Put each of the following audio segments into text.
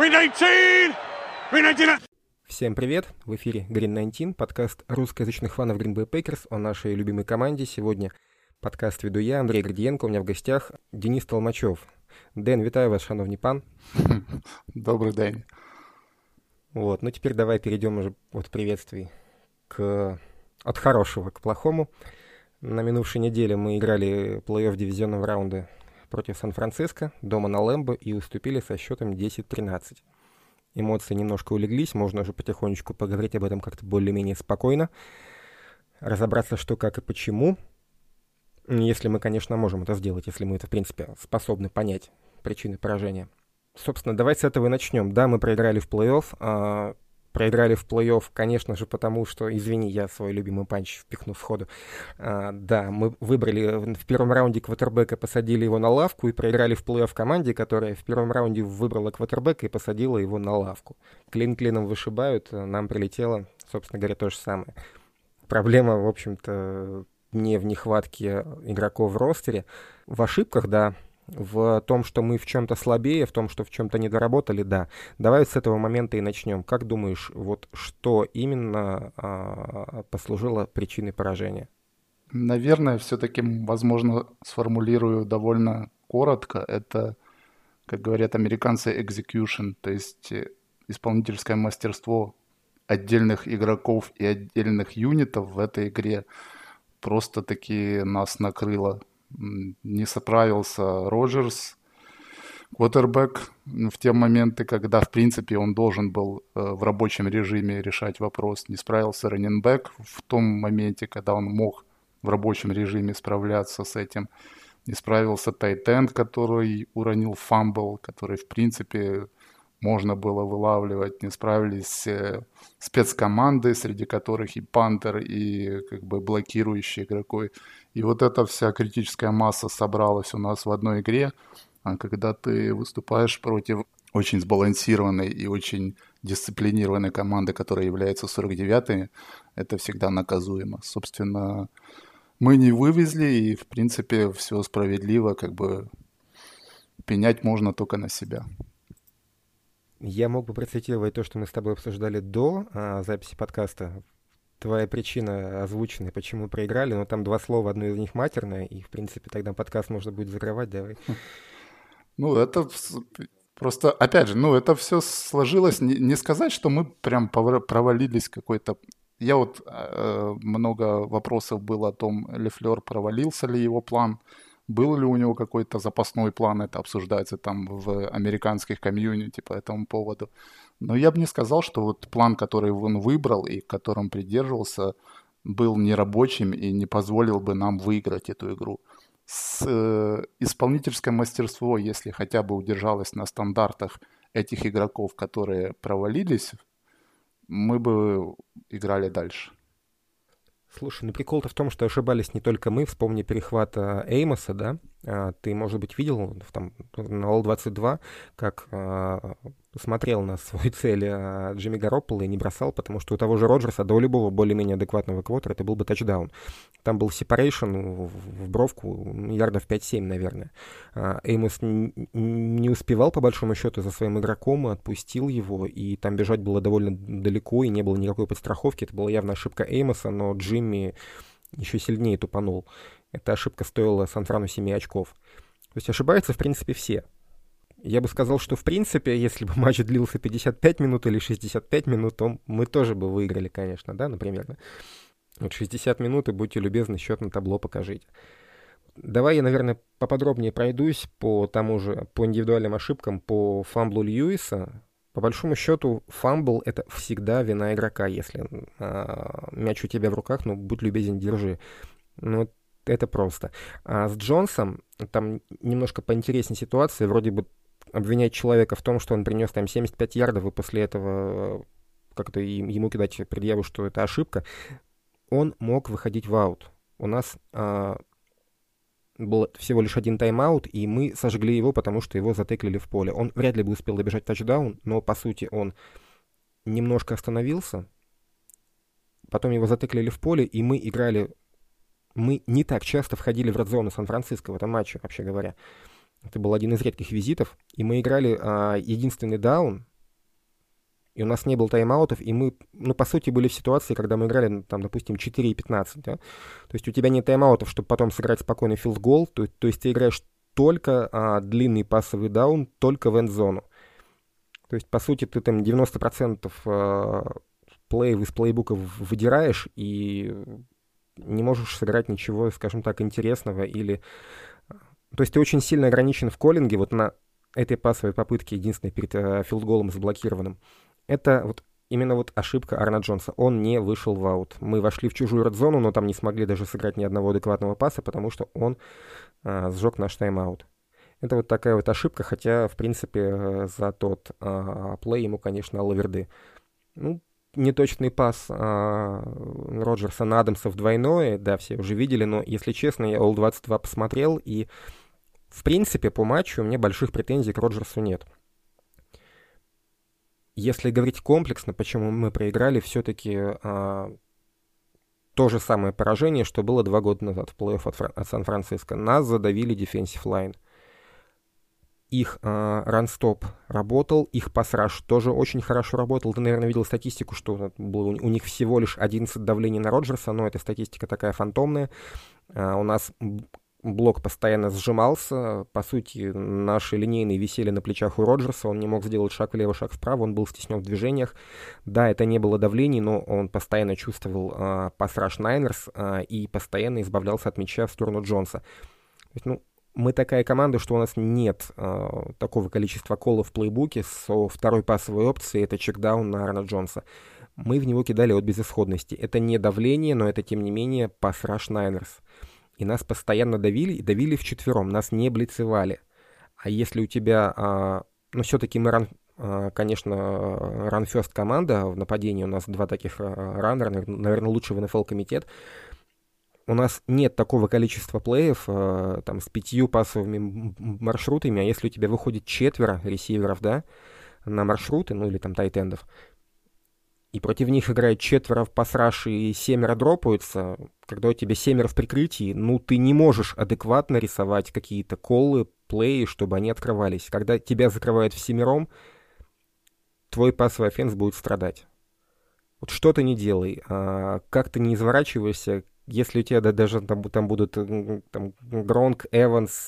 Green 19! Green 19! Всем привет! В эфире Green 19, подкаст русскоязычных фанов Green Bay Packers о нашей любимой команде. Сегодня подкаст веду я, Андрей Гордиенко, у меня в гостях Денис Толмачев. Ден, вітаю вас, шановні пан. Добрый день. Вот, ну теперь давай перейдем уже от приветствий от хорошего к плохому. На минувшей неделе мы играли плей-офф дивизионного раунда против Сан-Франциско, дома на Лэмбо, и уступили со счетом 10-13. Эмоции немножко улеглись, можно уже потихонечку поговорить об этом как-то более-менее спокойно, разобраться, что, как и почему, если мы, конечно, можем это сделать, если мы это, в принципе, способны понять причины поражения. Собственно, давайте с этого и начнем. Да, мы проиграли в плей-офф. Проиграли в плей-офф, конечно же, потому что, извини, я свой любимый панч впихну сходу. Да, мы выбрали в первом раунде квотербека, посадили его на лавку и проиграли в плей-офф команде, которая в первом раунде выбрала квотербека и посадила его на лавку. Клин клином вышибают, нам прилетело, собственно говоря, то же самое. Проблема, в общем-то, не в нехватке игроков в ростере, в ошибках, да, в том, что мы в чем-то слабее, в том, что в чем-то не доработали, да. Давай с этого момента и начнем. Как думаешь, вот что именно послужило причиной поражения? Наверное, все-таки, возможно, сформулирую довольно коротко. Это, как говорят американцы, execution, то есть исполнительское мастерство отдельных игроков и отдельных юнитов в этой игре просто-таки нас накрыло. Не справился Роджерс, квотербек, в те моменты, когда, в принципе, он должен был в рабочем режиме решать вопрос. Не справился раннинбэк в том моменте, когда он мог в рабочем режиме справляться с этим. Не справился тайт энд, который уронил фамбл, который, в принципе, можно было вылавливать. Не справились спецкоманды, среди которых и пантер, и как бы блокирующий игрокой. И вот эта вся критическая масса собралась у нас в одной игре. А когда ты выступаешь против очень сбалансированной и очень дисциплинированной команды, которая является 49-й, это всегда наказуемо. Собственно, мы не вывезли, и, в принципе, все справедливо, как бы пенять можно только на себя. Я мог бы процитировать то, что мы с тобой обсуждали до записи подкаста. Твоя причина озвучена, почему проиграли, но там два слова, одно из них матерное, и, в принципе, тогда подкаст можно будет закрывать, давай. Ну, это просто, опять же, это все сложилось, не сказать, что мы прям провалились какой-то... Я вот много вопросов было о том, Лефлер провалился ли его план, был ли у него какой-то запасной план, это обсуждается там в американских комьюнити по этому поводу. Но я бы не сказал, что вот план, который он выбрал и которым придерживался, был нерабочим и не позволил бы нам выиграть эту игру. Исполнительское мастерство, если хотя бы удержалось на стандартах этих игроков, которые провалились, мы бы играли дальше. Слушай, прикол-то в том, что ошибались не только мы. Вспомни перехват Эймоса, да? Ты, может быть, видел там на All-22, как смотрел на свою цель Джимми Гаропполо и не бросал, потому что у того же Роджерса, да у любого более-менее адекватного квотера, это был бы тачдаун. Там был сепарейшн в бровку ярдов 5-7, наверное. Эймос не успевал, по большому счету, за своим игроком, отпустил его, и там бежать было довольно далеко, и не было никакой подстраховки. Это была явно ошибка Эймоса, но Джимми еще сильнее тупанул. Эта ошибка стоила Сан-Франу 7 очков. То есть ошибаются, в принципе, все. Я бы сказал, что, в принципе, если бы матч длился 55 минут или 65 минут, то мы тоже бы выиграли, конечно, да, например. Да? Вот 60 минут, и будьте любезны, счет на табло покажите. Давай я, наверное, поподробнее пройдусь по тому же, по индивидуальным ошибкам, по фамблу Льюиса. По большому счету, фамбл — это всегда вина игрока. Если мяч у тебя в руках, будь любезен, держи. Это просто. А с Джонсом там немножко поинтереснее ситуация. Вроде бы обвинять человека в том, что он принес там 75 ярдов, и после этого как-то ему кидать предъяву, что это ошибка. Он мог выходить в аут. У нас был всего лишь один тайм-аут, и мы сожгли его, потому что его затеклили в поле. Он вряд ли бы успел добежать тачдаун, но, по сути, он немножко остановился, потом его затеклили в поле, и мы играли... Мы не так часто входили в редзону Сан-Франциско в этом матче, вообще говоря. Это был один из редких визитов, и мы играли единственный даун, и у нас не было тайм-аутов, и мы, по сути, были в ситуации, когда мы играли, там, допустим, 4:15, да? То есть у тебя нет тайм-аутов, чтобы потом сыграть спокойный филд-гол, то есть ты играешь только длинный пассовый даун, только в энд-зону. То есть, по сути, ты там 90% плеев из плейбука выдираешь и не можешь сыграть ничего, скажем так, интересного или... То есть ты очень сильно ограничен в коллинге вот на этой пасовой попытке, единственной перед филдголом заблокированным. Это вот именно вот ошибка Аарона Джонса. Он не вышел в аут. Мы вошли в чужую редзону, но там не смогли даже сыграть ни одного адекватного паса, потому что он сжег наш тайм-аут. Это вот такая вот ошибка, хотя, в принципе, за тот плей ему, конечно, лаверды. Ну, неточный пас Роджерса на Адамса в двойное, да, все уже видели, но, если честно, я All-22 посмотрел, и, в принципе, по матчу у меня больших претензий к Роджерсу нет. Если говорить комплексно, почему мы проиграли, все-таки то же самое поражение, что было 2 года назад в плей-офф от Сан-Франциско. Нас задавили defensive line. Их ранстоп работал, их пасраж тоже очень хорошо работал. Ты, наверное, видел статистику, что было у них всего лишь 11 давлений на Роджерса, но эта статистика такая фантомная. У нас блок постоянно сжимался. По сути, наши линейные висели на плечах у Роджерса. Он не мог сделать шаг влево, шаг вправо. Он был стеснен в движениях. Да, это не было давлений, но он постоянно чувствовал пас-раш Найнерс и постоянно избавлялся от мяча в сторону Джонса. То есть, мы такая команда, что у нас нет такого количества колов в плейбуке со второй пасовой опцией. Это чекдаун на Аарона Джонса. Мы в него кидали от безысходности. Это не давление, но это, тем не менее, пас-раш Найнерс. И нас постоянно давили, и давили вчетвером, нас не блицевали. А если у тебя... все-таки мы, конечно, run-first команда, в нападении у нас 2 таких раннера, наверное, лучший в НФЛ комитет. У нас нет такого количества плеев, там, с 5 пасовыми маршрутами, а если у тебя выходит 4 ресиверов, да, на маршруты, или там тайтендов, и против них играет 4 в пас-раш и 7 дропаются, когда у тебя 7 в прикрытии, ты не можешь адекватно рисовать какие-то коллы, плеи, чтобы они открывались. Когда тебя закрывают всемиром, твой пасовый оффенс будет страдать. Вот что ты не делай, как ты не изворачиваешься, если у тебя даже там будут Гронк, Эванс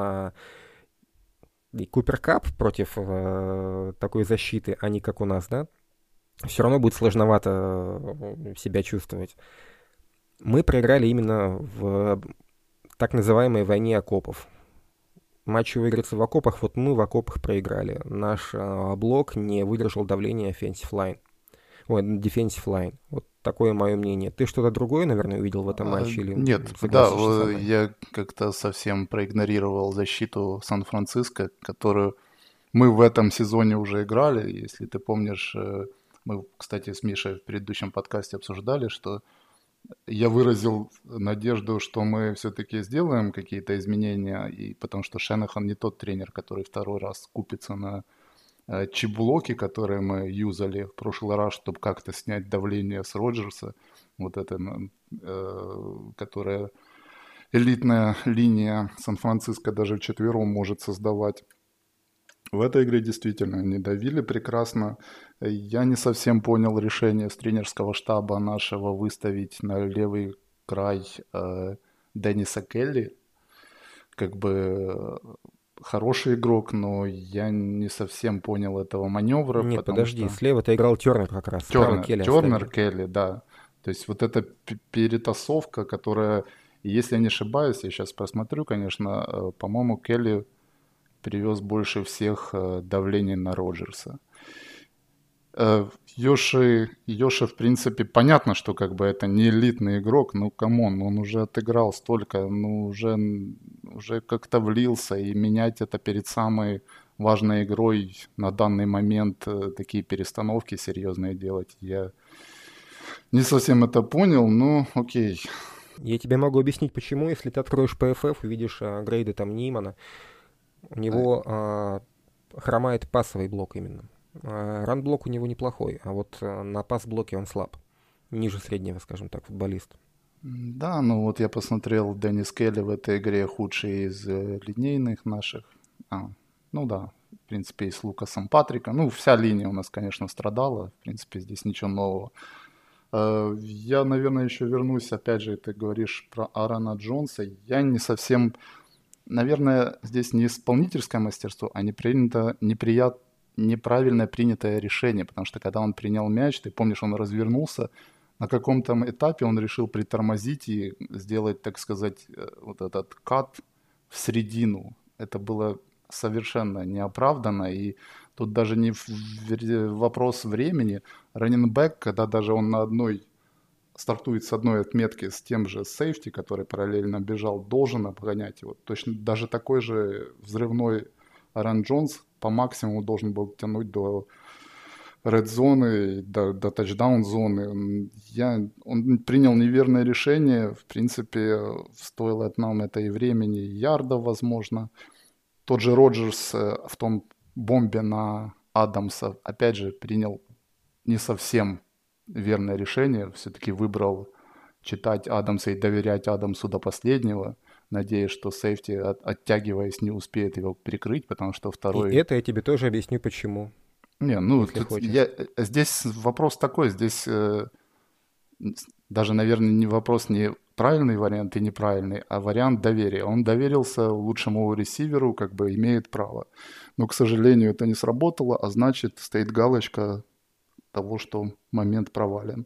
и Купер Кап против такой защиты, а не как у нас, да, все равно будет сложновато себя чувствовать. Мы проиграли именно в так называемой войне окопов. Матчи выиграться в окопах, вот мы в окопах проиграли. Наш блок не выдержал давления defensive line. Вот такое мое мнение. Ты что-то другое, наверное, увидел в этом матче? Или нет, да, я как-то совсем проигнорировал защиту Сан-Франциско, которую мы в этом сезоне уже играли. Если ты помнишь, мы, кстати, с Мишей в предыдущем подкасте обсуждали, что я выразил надежду, что мы все-таки сделаем какие-то изменения, и потому что Шенахан не тот тренер, который второй раз купится на чип-блоки, которые мы юзали в прошлый раз, чтобы как-то снять давление с Роджерса, вот это, которая элитная линия Сан-Франциско даже вчетвером может создавать. В этой игре действительно они давили прекрасно. Я не совсем понял решение с тренерского штаба нашего выставить на левый край Денниса Келли. Как бы хороший игрок, но я не совсем понял этого маневра. Нет, подожди, слева-то играл Тернер как раз. Тернер, Келли, да. То есть вот эта перетасовка, которая, если я не ошибаюсь, я сейчас просмотрю, конечно, по-моему, Келли привез больше всех давлений на Роджерса. Йоши, в принципе, понятно, что как бы это не элитный игрок, камон, он уже отыграл столько, уже как-то влился, и менять это перед самой важной игрой на данный момент, такие перестановки серьезные делать, я не совсем это понял, но окей. Я тебе могу объяснить, почему, если ты откроешь PFF, увидишь грейды там Нимана, у него хромает пасовый блок именно. Ран-блок у него неплохой, а вот на пас-блоке он слаб. Ниже среднего, скажем так, футболист. Да, вот я посмотрел, Деннис Келли в этой игре худший из линейных наших. Да. принципе, и с Лукасом Патриком. Ну, вся линия у нас, конечно, страдала. В принципе, здесь ничего нового. Я, наверное, еще вернусь, опять же, ты говоришь про Аарона Джонса. Я не совсем... Наверное, здесь не исполнительское мастерство, а неправильно принятое решение. Потому что когда он принял мяч, ты помнишь, он развернулся, на каком-то этапе он решил притормозить и сделать, так сказать, вот этот кат в середину. Это было совершенно неоправданно, и тут даже не вопрос времени. Раннинбэк, когда даже он стартует с одной отметки с тем же сейфти, который параллельно бежал, должен обгонять его. Точно даже такой же взрывной Аарон Джонс по максимуму должен был тянуть до ред-зоны, до тачдаун-зоны. Он принял неверное решение. В принципе, стоило нам это и времени, и ярдов, возможно. Тот же Роджерс в том бомбе на Адамса, опять же, принял не совсем верное решение. Все-таки выбрал читать Адамса и доверять Адамсу до последнего, надеясь, что сейфти, оттягиваясь, не успеет его прикрыть, потому что второй... И это я тебе тоже объясню, почему. Не, ну, если тут хочешь. здесь вопрос такой, здесь даже, наверное, не вопрос не правильный вариант и неправильный, а вариант доверия. Он доверился лучшему ресиверу, как бы имеет право. Но, к сожалению, это не сработало, а значит, стоит галочка того, что момент провален.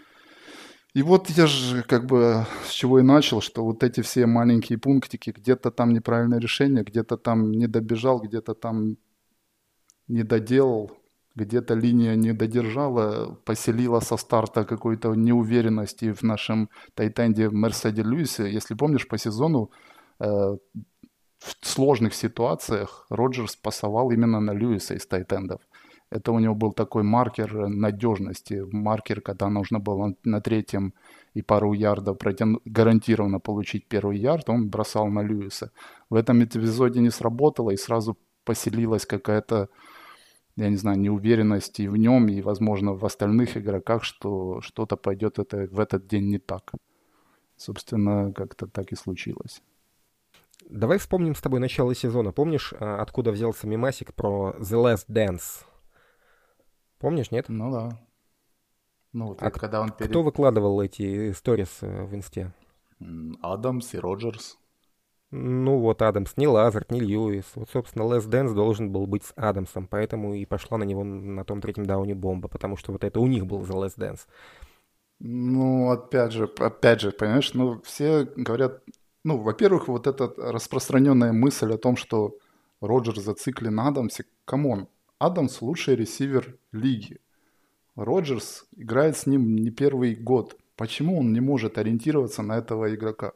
И вот я же как бы с чего и начал, что вот эти все маленькие пунктики, где-то там неправильное решение, где-то там не добежал, где-то там не доделал, где-то линия не додержала, поселила со старта какой-то неуверенности в нашем тайтенде Мерседе Льюисе. Если помнишь, по сезону в сложных ситуациях Роджерс пасовал именно на Льюиса из тайтендов. Это у него был такой маркер надежности, маркер, когда нужно было на третьем и пару ярдов гарантированно получить первый ярд, он бросал на Льюиса. В этом эпизоде не сработало, и сразу поселилась какая-то, я не знаю, неуверенность и в нем, и, возможно, в остальных игроках, что что-то пойдет в этот день не так. Собственно, как-то так и случилось. Давай вспомним с тобой начало сезона. Помнишь, откуда взялся мемасик про The Last Dance? Помнишь, нет? Ну да. Ну, вот когда он кто выкладывал эти сторис в инсте? Адамс и Роджерс. Ну вот Адамс, не Лазард, не Льюис. Вот, собственно, Last Dance должен был быть с Адамсом, поэтому и пошла на него на том третьем дауне бомба, потому что вот это у них был The Last Dance. Ну, опять же, понимаешь, ну, все говорят, ну, во-первых, вот эта распространенная мысль о том, что Роджерс зациклен на Адамсе, камон, Адамс лучший ресивер лиги. Роджерс играет с ним не первый год. Почему он не может ориентироваться на этого игрока?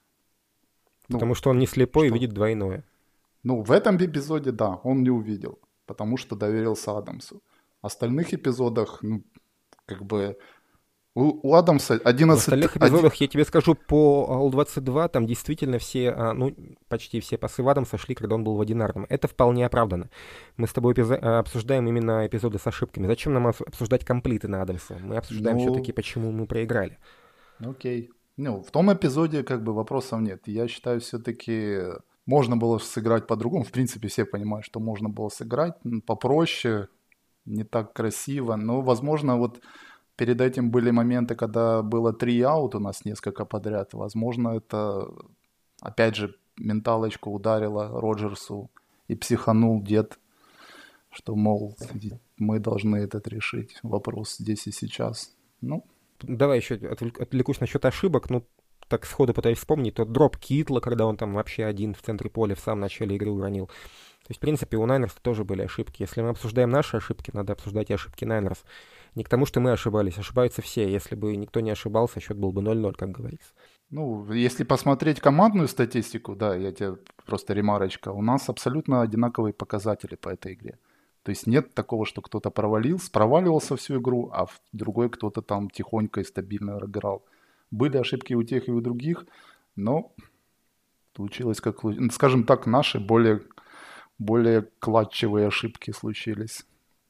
Потому что он не слепой и видит двойное. Ну, в этом эпизоде, да, он не увидел, потому что доверился Адамсу. В остальных эпизодах, ну, как бы, у Адамса 11... В остальных эпизодах, я тебе скажу, по All-22 там действительно все, ну, почти все пасы в Адамса шли, когда он был в одинарном. Это вполне оправдано. Мы с тобой обсуждаем именно эпизоды с ошибками. Зачем нам обсуждать комплиты на Адамса? Мы обсуждаем все-таки, почему мы проиграли. Окей. Ну, в том эпизоде как бы вопросов нет. Я считаю, все-таки можно было сыграть по-другому. В принципе, все понимают, что можно было сыграть попроще, не так красиво. Но, возможно, вот перед этим были моменты, когда было 3 аут у нас несколько подряд. Возможно, это, опять же, менталочку ударило Роджерсу и психанул дед, что, мол, мы должны этот решить. Вопрос здесь и сейчас. Ну, давай еще отвлекусь насчет ошибок. Ну, так сходу пытаюсь вспомнить. Тот дроп Китла, когда он там вообще один в центре поля в самом начале игры уронил. То есть, в принципе, у Найнерс тоже были ошибки. Если мы обсуждаем наши ошибки, надо обсуждать и ошибки Найнерс. Не к тому, что мы ошибались. Ошибаются все. Если бы никто не ошибался, счет был бы 0-0, как говорится. Ну, если посмотреть командную статистику, да, я тебе просто ремарочка, у нас абсолютно одинаковые показатели по этой игре. То есть нет такого, что кто-то проваливался всю игру, а в другой кто-то там тихонько и стабильно играл. Были ошибки у тех и у других, но получилось как... Скажем так, наши более клатчевые ошибки случились.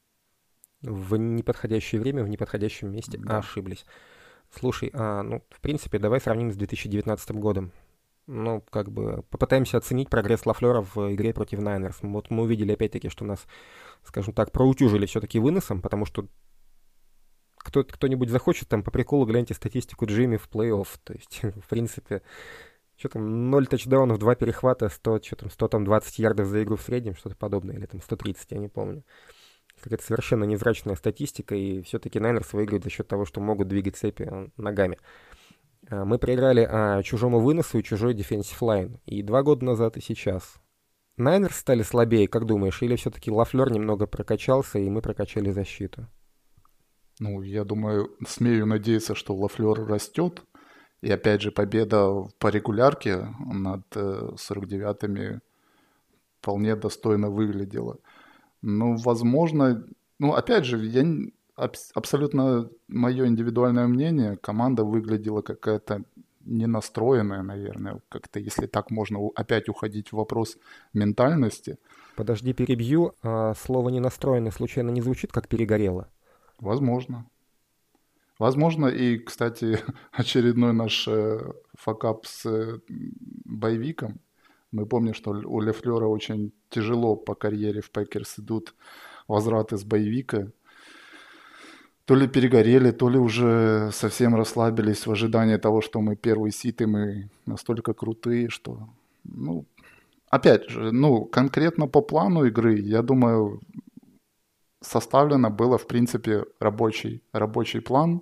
В неподходящее время, в неподходящем месте ошиблись. Слушай, ну, в принципе, давай сравним с 2019 годом. Ну, как бы попытаемся оценить прогресс Лафлера в игре против Найнерс. Вот мы увидели опять-таки, что нас, скажем так, проутюжили все-таки выносом, потому что кто-нибудь захочет, там, по приколу гляньте статистику Джимми в плей-офф. То есть, в принципе, что там, 0 тачдаунов, 2 перехвата, 120 ярдов за игру в среднем, что-то подобное, или там 130, я не помню. Какая-то совершенно невзрачная статистика, и все-таки Найнерс выигрывают за счет того, что могут двигать цепи ногами. Мы проиграли чужому выносу и чужой дефенсив лайн. И 2 года назад, и сейчас. Найнерс стали слабее, как думаешь? Или все-таки Лафлер немного прокачался, и мы прокачали защиту? Ну, я думаю, смею надеяться, что Лафлер растет. И опять же, победа по регулярке над 49-ми вполне достойно выглядела. Ну, возможно, ну, опять же, абсолютно мое индивидуальное мнение, команда выглядела какая-то ненастроенная, наверное, как-то, если так можно опять уходить в вопрос ментальности. Подожди, перебью. Слово «ненастроенный» случайно не звучит, как «перегорело»? Возможно. Возможно, и, кстати, очередной наш факап с боевиком. Мы помним, что у Лефлера очень тяжело по карьере в Пекерс идут возвраты с боевика. То ли перегорели, то ли уже совсем расслабились в ожидании того, что мы первый сид, и мы настолько крутые, что... Ну, опять же, ну, конкретно по плану игры, я думаю, составлено было, в принципе, рабочий план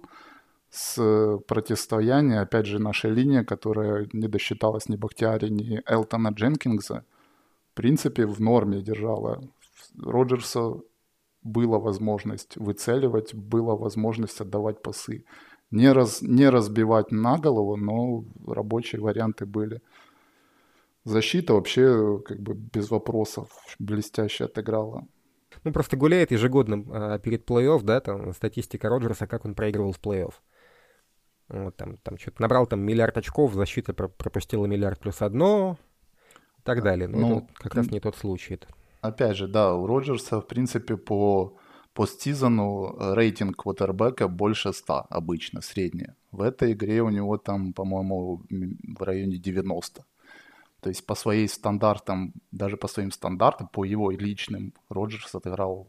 с противостояния. Опять же, наша линия, которая не досчиталась ни Бахтиари, ни Элтона Дженкинса, в принципе, в норме держала. Роджерса была возможность выцеливать, была возможность отдавать пасы. Не разбивать на голову, но рабочие варианты были. Защита вообще как бы без вопросов блестяще отыграла. Ну, просто гуляет ежегодно перед плей-офф, да, там статистика Роджерса, как он проигрывал в плей-офф. Вот, там что-то набрал там миллиард очков, защита пропустила миллиард плюс одно, и так далее. Но это вот как раз не тот случай. Опять же, да, у Роджерса, в принципе, по постсезону рейтинг квотербека больше 100 обычно, средний. В этой игре у него там, по-моему, в районе 90. То есть по своим стандартам, даже по своим стандартам, по его личным, Роджерс отыграл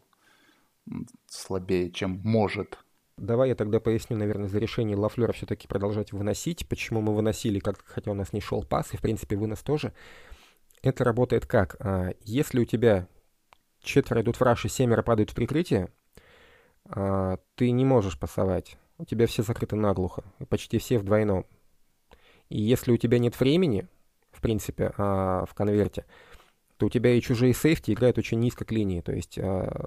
слабее, чем может. Давай я тогда поясню, наверное, за решение Лафлера все-таки продолжать выносить. Почему мы выносили, хотя у нас не шел пас, и, в принципе, вынос тоже. Это работает как? Если у тебя 4 идут в раш и 7 падают в прикрытие, ты не можешь пасовать. У тебя все закрыты наглухо, почти все в двойном. И если у тебя нет времени, в принципе, в конверте, то у тебя и чужие сейфти играют очень низко к линии. То есть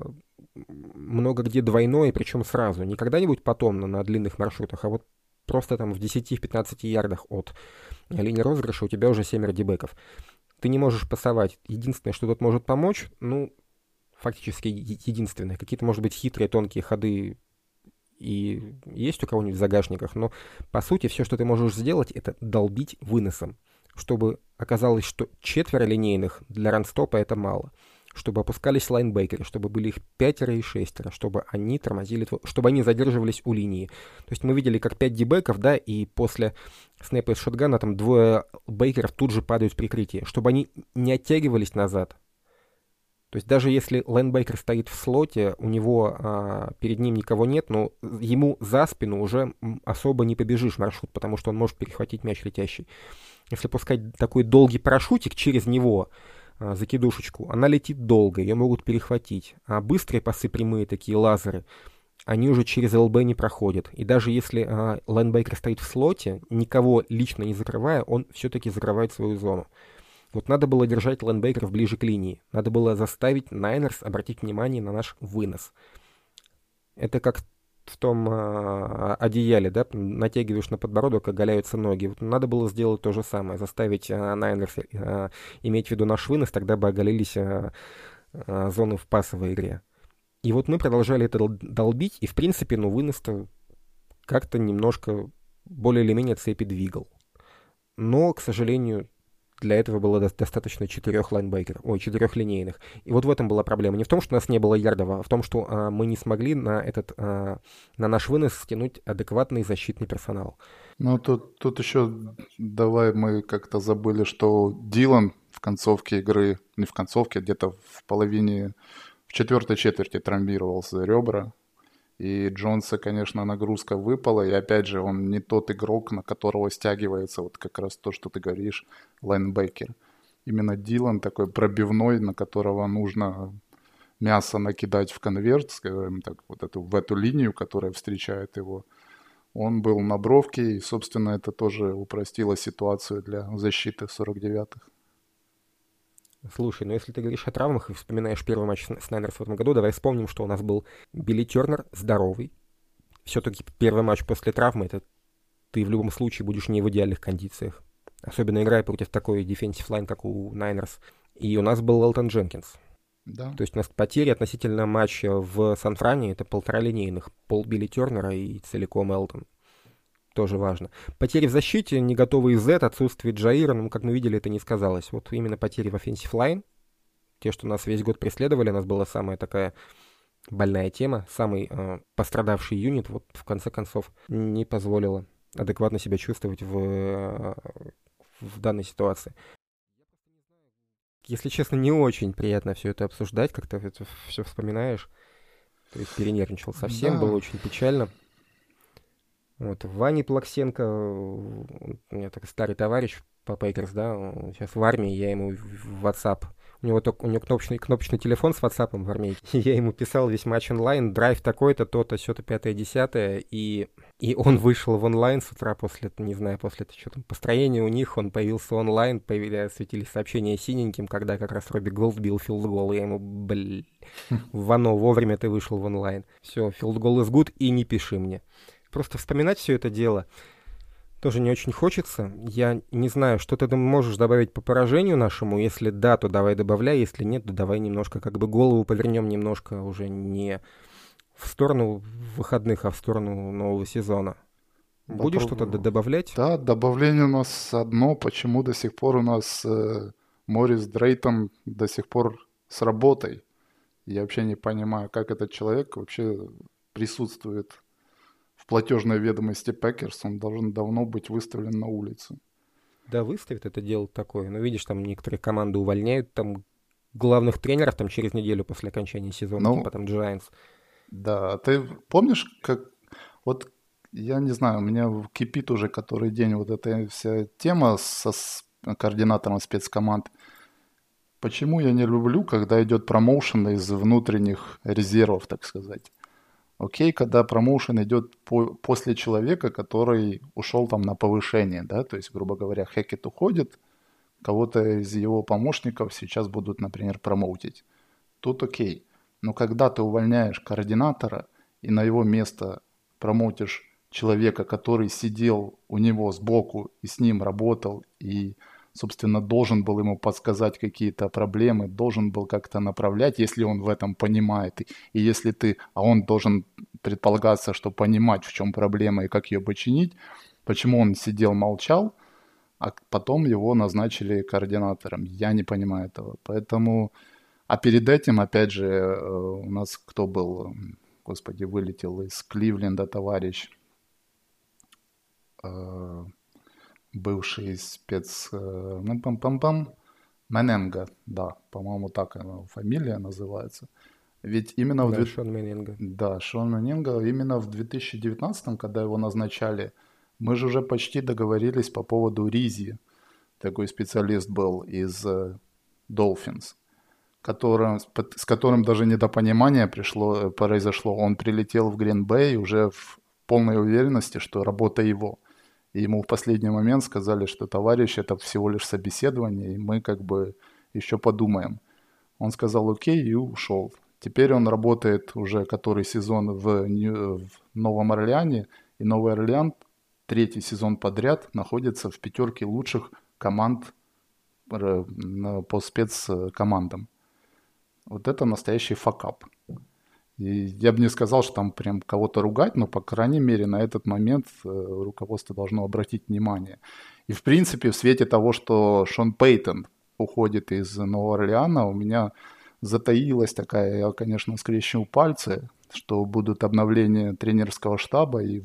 много где двойное, причем сразу. Не когда-нибудь потом на длинных маршрутах, а вот просто там в 10-15 ярдах от линии розыгрыша у тебя уже 7 дебеков. Ты не можешь пасовать. Единственное, что тут может помочь, ну, фактически единственное. Какие-то, может быть, хитрые, тонкие ходы и есть у кого-нибудь в загашниках, но, по сути, все, что ты можешь сделать, это долбить выносом, чтобы оказалось, что 4 линейных для ранстопа это мало. Чтобы опускались лайнбекеры, чтобы были их 5 и 6, чтобы они тормозили, чтобы они задерживались у линии. То есть мы видели, как 5 дебеков, да, и после снэпа из шотгана там 2 бейкеров тут же падают в прикрытие, чтобы они не оттягивались назад. То есть даже если лайнбекер стоит в слоте, у него перед ним никого нет, но ему за спину уже особо не побежишь маршрут, потому что он может перехватить мяч летящий. Если пускать такой долгий парашютик через него, закидушечку, она летит долго, ее могут перехватить. А быстрые пасы прямые, такие лазеры, они уже через ЛБ не проходят. И даже если лайнбекер стоит в слоте, никого лично не закрывая, он все-таки закрывает свою зону. Вот надо было держать лайнбекеров ближе к линии. Надо было заставить Найнерс обратить внимание на наш вынос. Это как в том одеяле, да, натягиваешь на подбородок, оголяются ноги. Вот надо было сделать то же самое, заставить Найнерс иметь в виду наш вынос, тогда бы оголились зоны в пасовой игре. И вот мы продолжали это долбить, и в принципе, ну, вынос-то как-то немножко более или менее цепи двигал. Но, к сожалению, для этого было достаточно 4 линейных. И вот в этом была проблема. Не в том, что у нас не было ярдов, а в том, что мы не смогли на наш вынос стянуть адекватный защитный персонал. Ну, тут еще давай мы как-то забыли, что Дилан в концовке игры, не в концовке, а где-то в четвертой четверти травмировался ребра. И Джонса, конечно, нагрузка выпала. И опять же, он не тот игрок, на которого стягивается вот как раз то, что ты говоришь, лайнбекер. Именно Дилан такой пробивной, на которого нужно мясо накидать в конверт, скажем так, в эту линию, которая встречает его. Он был на бровке, и, собственно, это тоже упростило ситуацию для защиты 49-х. Слушай, ну если ты говоришь о травмах и вспоминаешь первый матч с Найнерс в этом году, давай вспомним, что у нас был Билли Тернер здоровый. Все-таки первый матч после травмы, это ты в любом случае будешь не в идеальных кондициях. Особенно играя против такой defensive line, как у Найнерс. И у нас был Элтон Дженкинс. Да. То есть у нас потери относительно матча в Сан-Фране — это 1,5 линейных. Пол Билли Тернера и целиком Элтон. Тоже важно. Потери в защите, не готовый Зет, отсутствие Джаира, ну, как мы видели, это не сказалось. Вот именно потери в offensive line, те, что нас весь год преследовали, у нас была самая такая больная тема, самый пострадавший юнит, вот в конце концов не позволила адекватно себя чувствовать в данной ситуации. Если честно, не очень приятно все это обсуждать, как-то это все вспоминаешь. То есть перенервничал совсем, Да. было очень печально. Вот, Ваня Плаксенко, у меня такой старый товарищ по Пейкерс, да, он сейчас в армии, я ему в WhatsApp, у него кнопочный телефон с WhatsApp в армии, я ему писал весь матч онлайн, драйв такой-то, то-то, сё-то, пятое, десятое, и он вышел в онлайн с утра после, не знаю, после что там, построения у них, он появился онлайн, светились сообщения синеньким, когда как раз Робби Голд бил филдгол, я ему, Вано, вовремя ты вышел в онлайн, все, филдгол is good, и не пиши мне. Просто вспоминать все это дело тоже не очень хочется. Я не знаю, что ты можешь добавить по поражению нашему. Если да, то давай добавляй. Если нет, то давай немножко как бы голову повернем немножко уже не в сторону выходных, а в сторону нового сезона. Будешь что-то добавлять? Да, добавление у нас одно. Почему до сих пор у нас Морис Дрейтон до сих пор с работой? Я вообще не понимаю, как этот человек вообще присутствует в платежной ведомости Пекерс. Он должен давно быть выставлен на улицу. Да, выставит это дело такое. Но видишь, там некоторые команды увольняют там главных тренеров там через неделю после окончания сезона, типа там Giants. Да, ты помнишь, как... Вот я не знаю, у меня кипит уже который день вот эта вся тема со координатором спецкоманд. Почему я не люблю, когда идет промоушен из внутренних резервов, так сказать? Окей, когда промоушен идет после человека, который ушел там на повышение, да, то есть, грубо говоря, Хекет уходит, кого-то из его помощников сейчас будут, например, промоутить. Тут окей. Но когда ты увольняешь координатора и на его место промоутишь человека, который сидел у него сбоку и с ним работал, и, собственно, должен был ему подсказать какие-то проблемы, должен был как-то направлять, если он в этом понимает. И если ты, а он должен предполагаться, что понимать, в чем проблема и как ее починить, почему он сидел, молчал, а потом его назначили координатором. Я не понимаю этого. Поэтому... А перед этим, опять же, у нас кто был, господи, вылетел из Кливленда товарищ, бывший спец, Мененго, да, по-моему, так она фамилия называется. Ведь именно да, Шон Мененго. Да, Шон Мененго. Именно в 2019-м, когда его назначали, мы же уже почти договорились по поводу Ризи. Такой специалист был из Dolphins, с которым даже недопонимание произошло. Он прилетел в Грин-Бэй уже в полной уверенности, что работа его. И ему в последний момент сказали, что товарищ, это всего лишь собеседование, и мы как бы еще подумаем. Он сказал окей и ушел. Теперь он работает уже который сезон в Новом Орлеане, и Новый Орлеан третий сезон подряд находится в 5 лучших команд по спецкомандам. Вот это настоящий факап. И я бы не сказал, что там прям кого-то ругать, но, по крайней мере, на этот момент руководство должно обратить внимание. И, в принципе, в свете того, что Шон Пейтон уходит из Нового Орлеана, у меня затаилась такая, я, конечно, скрещиваю пальцы, что будут обновления тренерского штаба, и,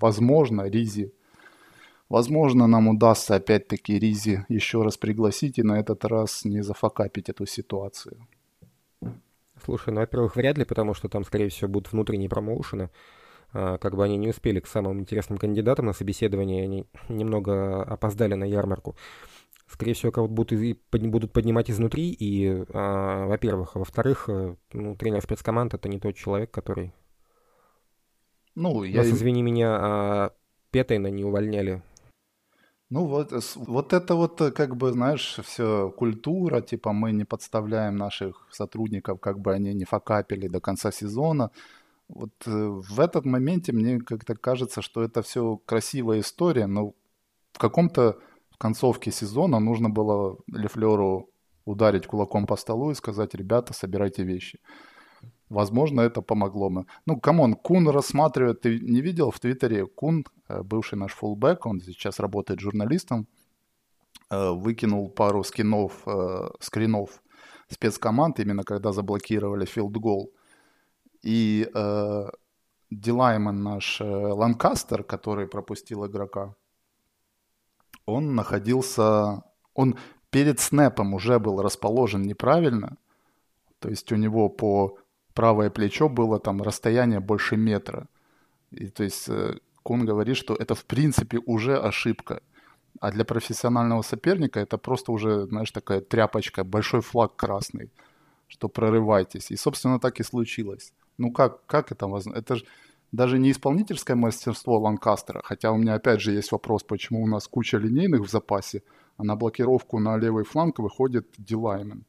возможно, нам удастся опять-таки Ризи еще раз пригласить и на этот раз не зафакапить эту ситуацию. Слушай, ну, во-первых, вряд ли, потому что там, скорее всего, будут внутренние промоушены. Как бы они не успели к самым интересным кандидатам на собеседование, они немного опоздали на ярмарку. Скорее всего, кого-то будут поднимать изнутри, и, во-первых. А во-вторых, ну, тренер спецкоманд — это не тот человек, который... Ну, Нас, извини меня, Петейна не увольняли. Ну вот это вот, как бы, знаешь, все культура, типа мы не подставляем наших сотрудников, как бы они не факапили до конца сезона. Вот в этом моменте мне как-то кажется, что это все красивая история, но в концовке сезона нужно было Лефлеру ударить кулаком по столу и сказать: ребята, собирайте вещи. Возможно, это помогло бы. Ну, камон, Кун рассматривает, ты не видел в Твиттере, Кун, бывший наш фуллбэк, он сейчас работает журналистом, выкинул пару скринов спецкоманд, именно когда заблокировали филд-гол. И Дилайман наш Ланкастер, который пропустил игрока, он перед снэпом уже был расположен неправильно, то есть у него по правое плечо было там расстояние больше метра. И то есть Кун говорит, что это в принципе уже ошибка. А для профессионального соперника это просто уже, знаешь, такая тряпочка, большой флаг красный, что прорывайтесь. И, собственно, так и случилось. Ну как это возможно? Это же даже не исполнительское мастерство Ланкастера, хотя у меня опять же есть вопрос, почему у нас куча линейных в запасе, а на блокировку на левый фланг выходит Дилаймен.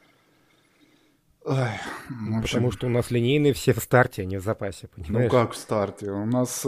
Потому что у нас линейные все в старте, а не в запасе, понимаешь? Ну как в старте? У нас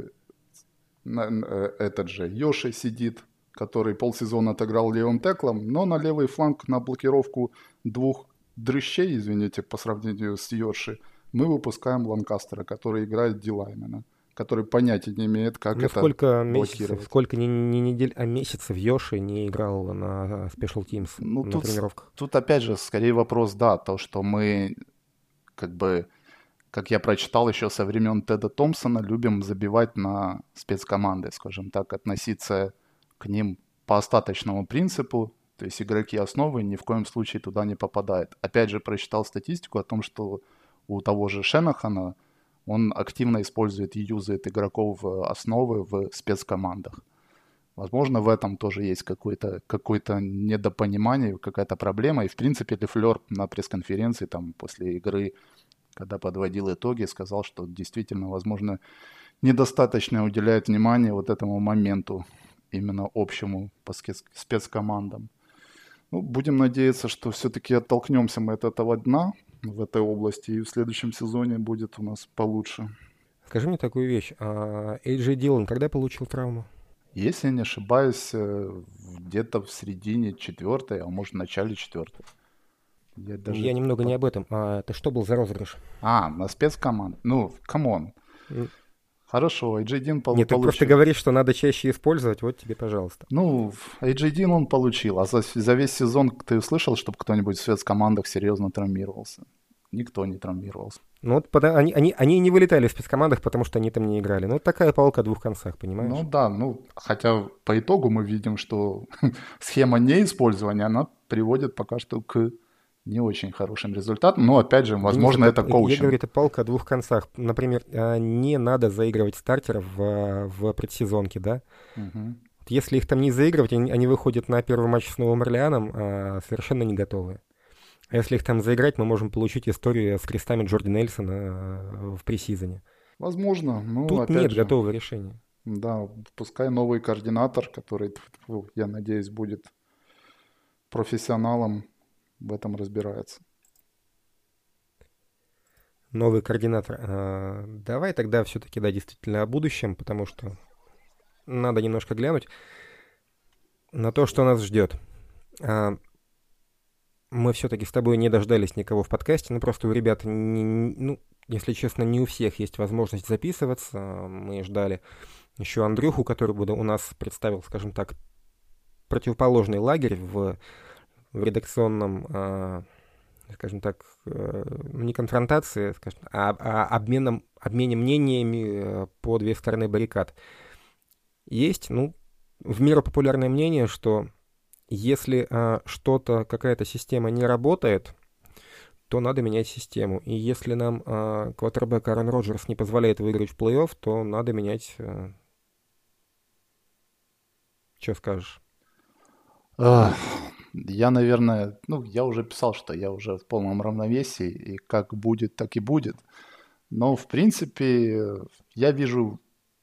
этот же Йоши сидит, который полсезона отыграл левым теклом, но на левый фланг на блокировку двух дрыщей, извините, по сравнению с Йоши, мы выпускаем Ланкастера, который играет Дилаймена, который понятия не имеет, как это блокировать. Сколько не недель, а месяцев Йоши не играл на Special Teams, Ну, на тренировках. Тут опять же скорее вопрос, да, то, что мы как бы, как я прочитал еще со времен Теда Томпсона, любим забивать на спецкоманды, скажем так, относиться к ним по остаточному принципу, то есть игроки основы ни в коем случае туда не попадают. Опять же, прочитал статистику о том, что у того же Шенахана он активно использует и юзает игроков основы в спецкомандах. Возможно, в этом тоже есть какое-то недопонимание, какая-то проблема. И, в принципе, Лефлер на пресс-конференции там, после игры, когда подводил итоги, сказал, что действительно, возможно, недостаточно уделяет внимание вот этому моменту, именно общему по спецкомандам. Ну, будем надеяться, что все-таки оттолкнемся мы от этого дна в этой области, и в следующем сезоне будет у нас получше. Скажи мне такую вещь. AJ Dillon когда получил травму? Если я не ошибаюсь, где-то в середине 4-й, а может в начале 4-й. Я немного не об этом. Это что был за розыгрыш? На спецкоманд. Ну, камон. Хорошо, AJ Dillon получил. Нет, ты просто говоришь, что надо чаще использовать, вот тебе, пожалуйста. Ну, AJ Dillon он получил, а за весь сезон ты услышал, чтобы кто-нибудь в спецкомандах серьезно травмировался? Никто не травмировался. Ну вот они не вылетали в спецкомандах, потому что они там не играли. Ну, такая палка о двух концах, понимаешь? Ну да, хотя по итогу мы видим, что схема неиспользования, она приводит пока что к не очень хорошим результатам. Но опять же, возможно, это коучинг. Я говорю, это палка о двух концах. Например, не надо заигрывать стартеров в предсезонке, да? Угу. Если их там не заигрывать, они выходят на первый матч с Новым Орлеаном совершенно не готовые. А если их там заиграть, мы можем получить историю с крестами Джорди Нельсона в пресизоне. Возможно. Тут нет готового решения. Да, пускай новый координатор, который, я надеюсь, будет профессионалом, в этом разбирается. Новый координатор. Давай тогда все-таки, да, действительно о будущем, потому что надо немножко глянуть на то, что нас ждет. Мы все-таки с тобой не дождались никого в подкасте, просто у ребят если честно, не у всех есть возможность записываться. Мы ждали еще Андрюху, который бы у нас представил, скажем так, противоположный лагерь в редакционном, скажем так, не конфронтации, скажем, а обмене мнениями по две стороны баррикад. Есть, ну, в мире популярное мнение, что если что-то, какая-то система не работает, то надо менять систему. И если нам квотербек Аарон Роджерс не позволяет выиграть в плей-офф, то надо менять... Что скажешь? Я, наверное, я уже писал, что я уже в полном равновесии, и как будет, так и будет. Но, в принципе, я вижу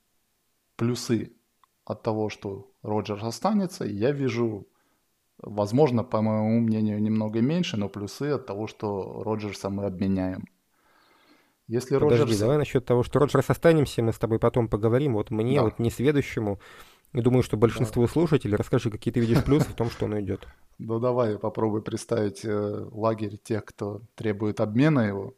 плюсы от того, что Роджерс останется, и я вижу, возможно, по моему мнению, немного меньше, но плюсы от того, что Роджерса мы обменяем. Если Подожди, Роджерс... давай насчет того, что Роджерс останемся, мы с тобой потом поговорим. Вот мне, Да, вот несведущему, и думаю, что да. большинству слушателей, расскажи, какие ты видишь плюсы в том, что он уйдет. Ну давай попробуй представить лагерь тех, кто требует обмена его.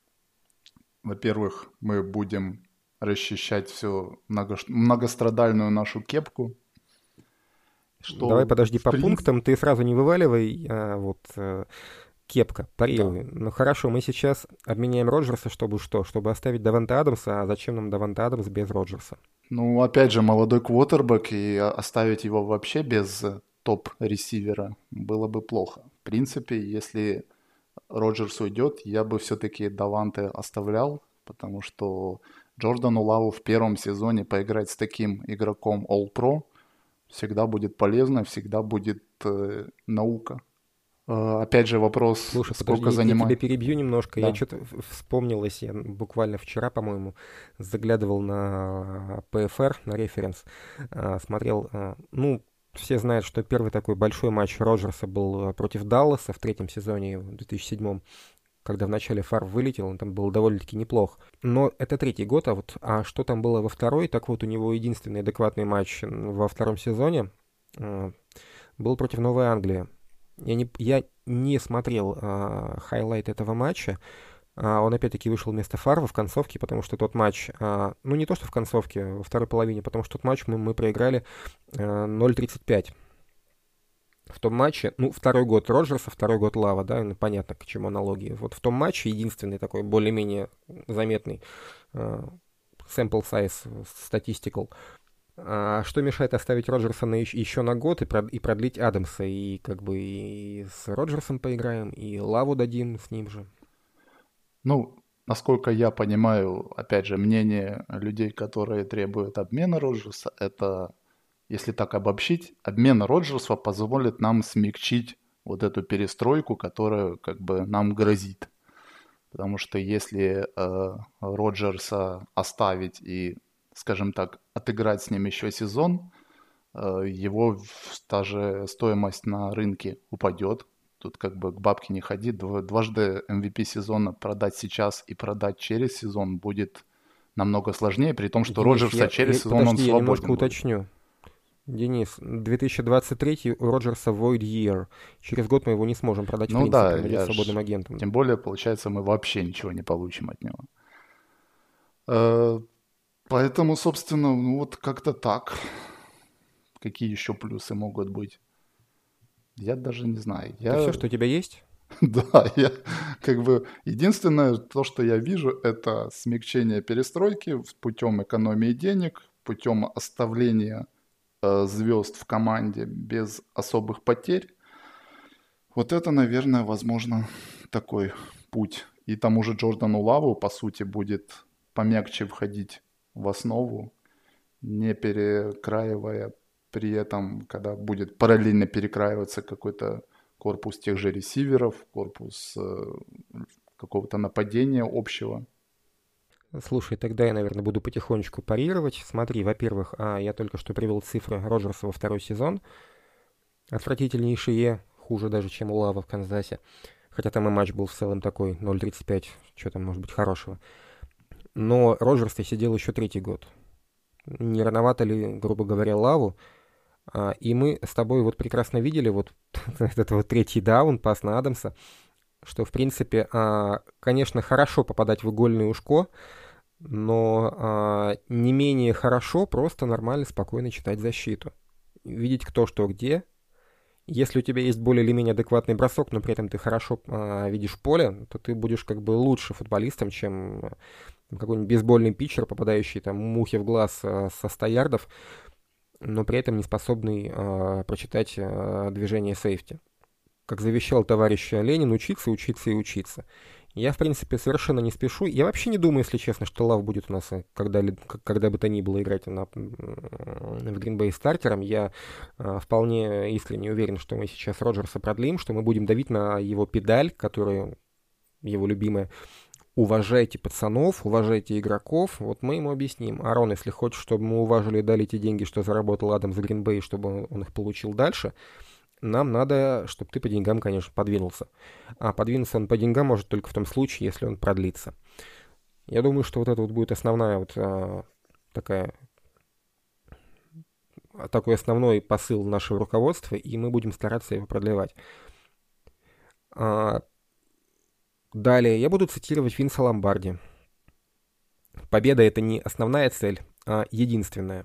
Во-первых, мы будем расчищать всю многострадальную нашу кепку, Давай, что подожди, в по принципе... пунктам ты сразу не вываливай, кепка, Да. парируй. Ну хорошо, мы сейчас обменяем Роджерса, чтобы что? Чтобы оставить Даванте Адамса, а зачем нам Даванте Адамс без Роджерса? Ну, опять же, молодой квотербек, и оставить его вообще без топ-ресивера было бы плохо. В принципе, если Роджерс уйдет, я бы все-таки Даванте оставлял, потому что Джордану Лаву в первом сезоне поиграть с таким игроком All-Pro всегда будет полезно, всегда будет наука. Опять же вопрос, Слушай, подожди, сколько я тебя занимает... перебью немножко. Я Да. что-то вспомнилось, я буквально вчера, по-моему, заглядывал на PFR, на референс, смотрел, ну, все знают, что первый такой большой матч Роджерса был против Далласа в третьем сезоне, в 2007, когда в начале Фар вылетел, он там был довольно-таки неплох. Но это третий год, а что там было во второй? Так вот, у него единственный адекватный матч во втором сезоне был против Новой Англии. Я не смотрел хайлайт этого матча. Он опять-таки вышел вместо Фарва в концовке, потому что тот матч, ну не то что в концовке, во второй половине, потому что тот матч мы проиграли 0:35. В том матче, ну, второй год Роджерса, второй год Лава, да, ну, понятно, к чему аналогии. Вот в том матче единственный такой более-менее заметный sample size statistical. Что мешает оставить Роджерса еще на год и продлить Адамса? И как бы и с Роджерсом поиграем, и Лаву дадим с ним же. Ну, насколько я понимаю, опять же, мнение людей, которые требуют обмена Роджерса, это, если так обобщить, обмен Роджерса позволит нам смягчить вот эту перестройку, которая как бы нам грозит. Потому что если Роджерса оставить и, скажем так, отыграть с ним еще сезон, его даже стоимость на рынке упадет. Тут как бы к бабке не ходи. Дважды MVP сезона продать сейчас и продать через сезон будет намного сложнее, при том, что Денис, Роджерса через сезон он подожди, я немножко свободен будет. уточню. Денис, 2023 у Роджерса void year. Через год мы его не сможем продать в Ну принципе, да, он идет свободным агентом. тем более, получается, мы вообще ничего не получим от него. Э, Поэтому, собственно, ну вот как-то так. Какие еще плюсы могут быть? Я даже не знаю. Это все, что у тебя есть? Да, я как бы единственное, то, что я вижу, это смягчение перестройки путем экономии денег, путем оставления звезд в команде без особых потерь. Вот это, наверное, возможно, такой путь. И тому же Джордану Лаву, по сути, будет помягче входить в основу, не перекраивая при этом, когда будет параллельно перекраиваться какой-то корпус тех же ресиверов, корпус какого-то нападения общего. Слушай, тогда я, наверное, буду потихонечку парировать. Смотри, во-первых, я только что привел цифры Роджерса во второй сезон. Отвратительнейшие, хуже даже, чем у Лава в Канзасе. Хотя там и матч был в целом такой, 0:35, что там может быть хорошего. Но Роджерс-то сидел еще третий год. Не рановато ли, грубо говоря, Лаву? И мы с тобой вот прекрасно видели вот этот вот третий даун, пас на Адамса, что, в принципе, конечно, хорошо попадать в игольное ушко, но не менее хорошо просто нормально, спокойно читать защиту. Видеть кто что где. Если у тебя есть более или менее адекватный бросок, но при этом ты хорошо видишь поле, то ты будешь как бы лучше футболистом, чем какой-нибудь бейсбольный питчер, попадающий там мухе в глаз со 100 ярдов, но при этом не способный прочитать движение сейфти. Как завещал товарищ Ленин, учиться, учиться и учиться. Я, в принципе, совершенно не спешу. Я вообще не думаю, если честно, что Лав будет у нас когда бы то ни было играть в Green Bay стартером. Я вполне искренне уверен, что мы сейчас Роджерса продлим, что мы будем давить на его педаль, которая его любимая. Уважайте пацанов, уважайте игроков. Вот мы ему объясним. Арон, если хочешь, чтобы мы уважили и дали те деньги, что заработал Адам за Green Bay, чтобы он их получил дальше, нам надо, чтобы ты по деньгам, конечно, подвинулся. А подвинуться он по деньгам может только в том случае, если он продлится. Я думаю, что вот это вот будет основная вот такой основной посыл нашего руководства, и мы будем стараться его продлевать. Далее я буду цитировать Винса Ломбарди. Победа — это не основная цель, а единственная.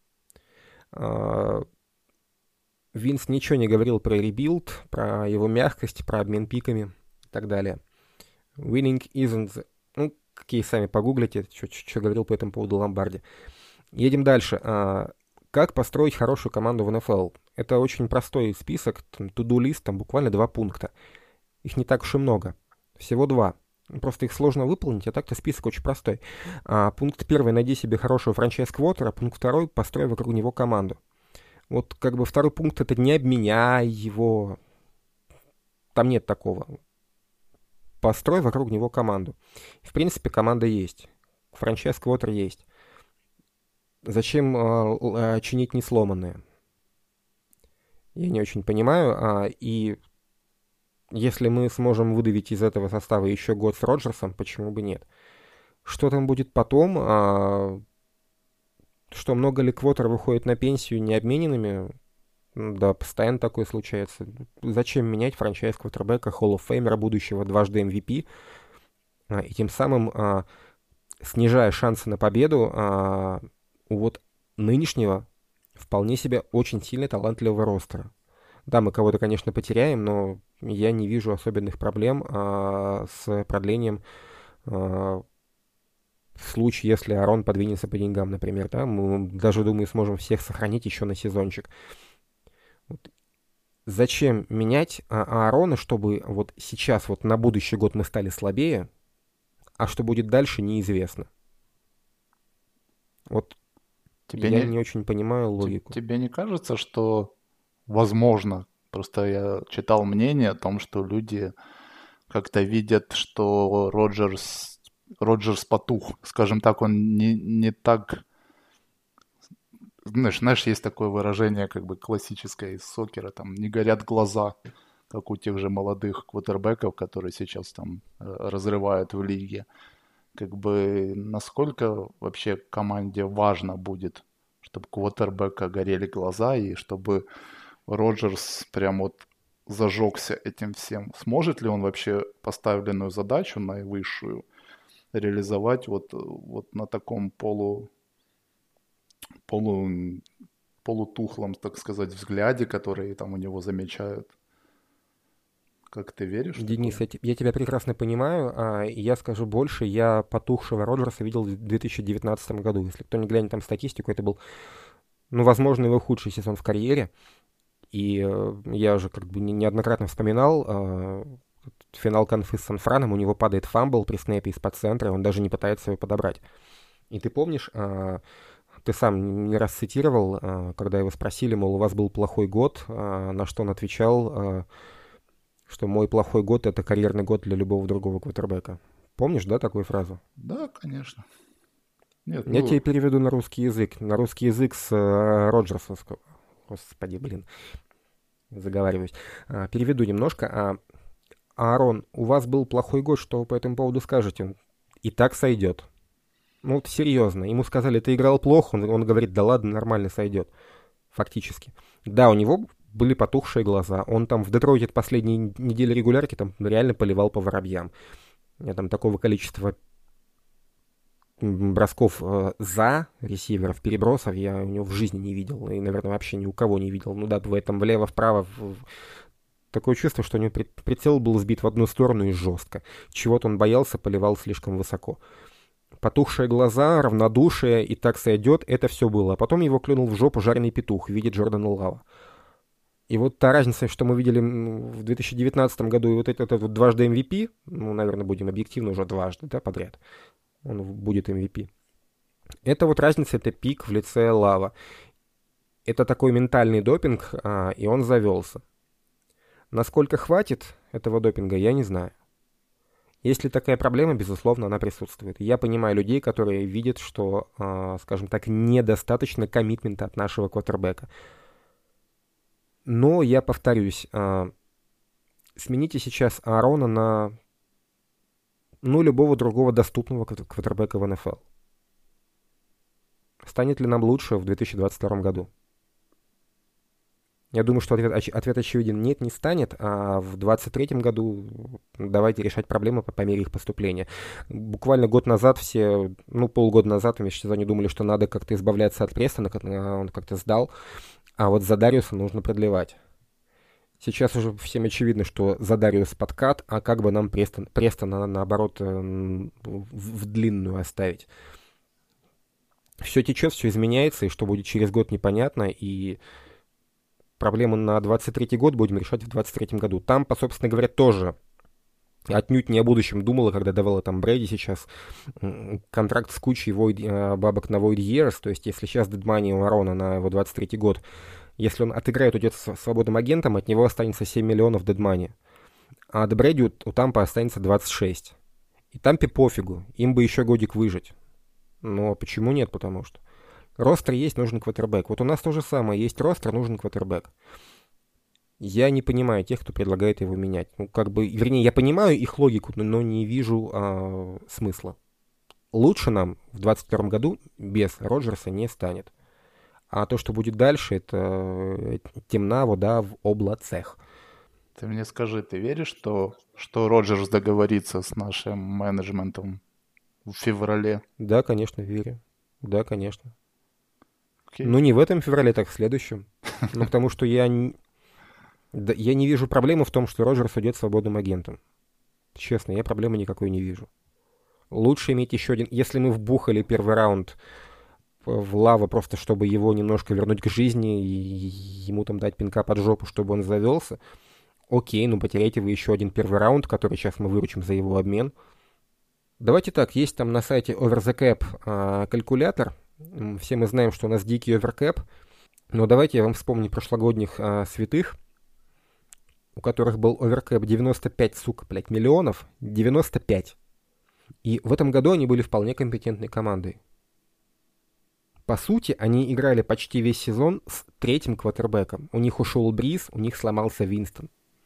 Винс ничего не говорил про ребилд, про его мягкость, про обмен пиками и так далее. Winning isn't... Ну, какие сами погуглите, что говорил по этому поводу Ломбарди. Едем дальше. Как построить хорошую команду в НФЛ? Это очень простой список, to-do-лист, там буквально 2 пункта. Их не так уж и много. Всего 2. Просто их сложно выполнить, а так-то список очень простой. Пункт 1. Найди себе хорошего франчайз-квотера, пункт 2. Построй вокруг него команду. Вот как бы 2 пункт — это не обменяй его. Там нет такого. Построй вокруг него команду. В принципе, команда есть. Франчайз-квотер есть. Зачем чинить несломанное? Я не очень понимаю. И если мы сможем выдавить из этого состава еще год с Роджерсом, почему бы нет? Что там будет потом? Что, много ли квотер выходит на пенсию необмененными? Да, постоянно такое случается. Зачем менять франчайз-квотербека, холл-оф-феймера, будущего дважды MVP, и тем самым снижая шансы на победу у вот нынешнего вполне себе очень сильно талантливого ростера. Да, мы кого-то, конечно, потеряем, но я не вижу особенных проблем с продлением в случае, если Арон подвинется по деньгам, например, да, мы даже, думаю, сможем всех сохранить еще на сезончик. Вот. Зачем менять Аарона, чтобы вот сейчас, вот на будущий год мы стали слабее, а что будет дальше, неизвестно. Вот я не очень понимаю логику. Тебе не кажется, что возможно, просто я читал мнение о том, что люди как-то видят, что Роджерс потух, скажем так, он не так... Знаешь, есть такое выражение, как бы классическое из сокера, там, не горят глаза, как у тех же молодых квотербеков, которые сейчас там разрывают в лиге. Как бы насколько вообще команде важно будет, чтобы квотербека горели глаза и чтобы Роджерс прям вот зажегся этим всем. Сможет ли он вообще поставленную задачу наивысшую реализовать вот на таком полутухлом, так сказать, взгляде, который там у него замечают? Как ты веришь? Денис, я тебя прекрасно понимаю. Я скажу больше. Я потухшего Роджерса видел в 2019 году. Если кто не глянет там статистику, это был, возможно, его худший сезон в карьере. И я уже как бы неоднократно вспоминал финал конфы с Сан-Франом. У него падает фамбл при снэпе из-под центра, он даже не пытается его подобрать. И ты помнишь, ты сам не раз цитировал, когда его спросили, мол, у вас был плохой год, на что он отвечал, что мой плохой год — это карьерный год для любого другого квотербека. Помнишь, да, такую фразу? Да, конечно. Нет, я тебе переведу на русский язык. На русский язык с Роджерсовского. Господи, заговариваюсь. Переведу немножко. Аарон, у вас был плохой год, что вы по этому поводу скажете? И так сойдет. Вот серьезно. Ему сказали, ты играл плохо, он говорит, да ладно, нормально сойдет. Фактически. Да, у него были потухшие глаза. Он там в Детройте последние недели регулярки там реально поливал по воробьям. Я там такого количества бросков за ресиверов, перебросов я у него в жизни не видел. И, наверное, вообще ни у кого не видел. Ну да, бывает там влево-вправо. Такое чувство, что у него прицел был сбит в одну сторону и жестко. Чего-то он боялся, поливал слишком высоко. Потухшие глаза, равнодушие, и так сойдет, это все было. А потом его клюнул в жопу жареный петух в виде Джордана Лава. И вот та разница, что мы видели в 2019 году, и вот этот вот дважды MVP, ну, наверное, будем объективны, уже дважды, да, подряд, он будет MVP. Это вот разница, это пик в лице Лава. Это такой ментальный допинг, и он завелся. Насколько хватит этого допинга, я не знаю. Если такая проблема, безусловно, она присутствует. Я понимаю людей, которые видят, что, скажем так, недостаточно коммитмента от нашего квотербека. Но я повторюсь, смените сейчас Аарона на любого другого доступного квотербека в НФЛ. Станет ли нам лучше в 2022 году? Я думаю, что ответ очевиден. Нет, не станет, а в 2023 году давайте решать проблемы по мере их поступления. Буквально год назад полгода назад вместе с Сезоне думали, что надо как-то избавляться от Престона, он как-то сдал, а вот за Дариуса нужно продлевать. Сейчас уже всем очевидно, что за Дариус подкат, а как бы нам Престона наоборот в длинную оставить. Все течет, все изменяется, и что будет через год непонятно, и проблему на 23-й год будем решать в 23-м году. Там, собственно говоря, тоже отнюдь не о будущем думала, когда давала там Брэди сейчас контракт с кучей бабок на void years, то есть если сейчас дедмани у Арона на его 23-й год, если он отыграет, уйдет свободным агентом, от него останется 7 миллионов дедмани. А от Брэди у Тампа останется 26. И Тампе пофигу, им бы еще годик выжить. Но почему нет? Потому что ростер есть, нужен квотербек. Вот у нас то же самое. Есть ростер, нужен квотербек. Я не понимаю тех, кто предлагает его менять. Вернее, я понимаю их логику, но не вижу смысла. Лучше нам в 2022 году без Роджерса не станет. А то, что будет дальше, это темна вода в облацах. Ты мне скажи, ты веришь, что Роджерс договорится с нашим менеджментом в феврале? Да, конечно, верю. Да, конечно. Окей. Ну, не в этом феврале, так в следующем. Ну, потому что я не вижу проблемы в том, что Роджерс уйдет свободным агентом. Честно, я проблемы никакой не вижу. Лучше иметь еще один... Если мы вбухали первый раунд в Лава просто, чтобы его немножко вернуть к жизни и ему там дать пинка под жопу, чтобы он завелся, окей, ну потеряйте вы еще один первый раунд, который сейчас мы выручим за его обмен. Давайте так, есть там на сайте Over the Cap калькулятор. Все мы знаем, что у нас дикий оверкэп. Но давайте я вам вспомню прошлогодних святых, у которых был оверкэп 95, миллионов. 95. И в этом году они были вполне компетентной командой. По сути, они играли почти весь сезон с третьим квотербеком. У них ушел Бриз, у них сломался Винстон.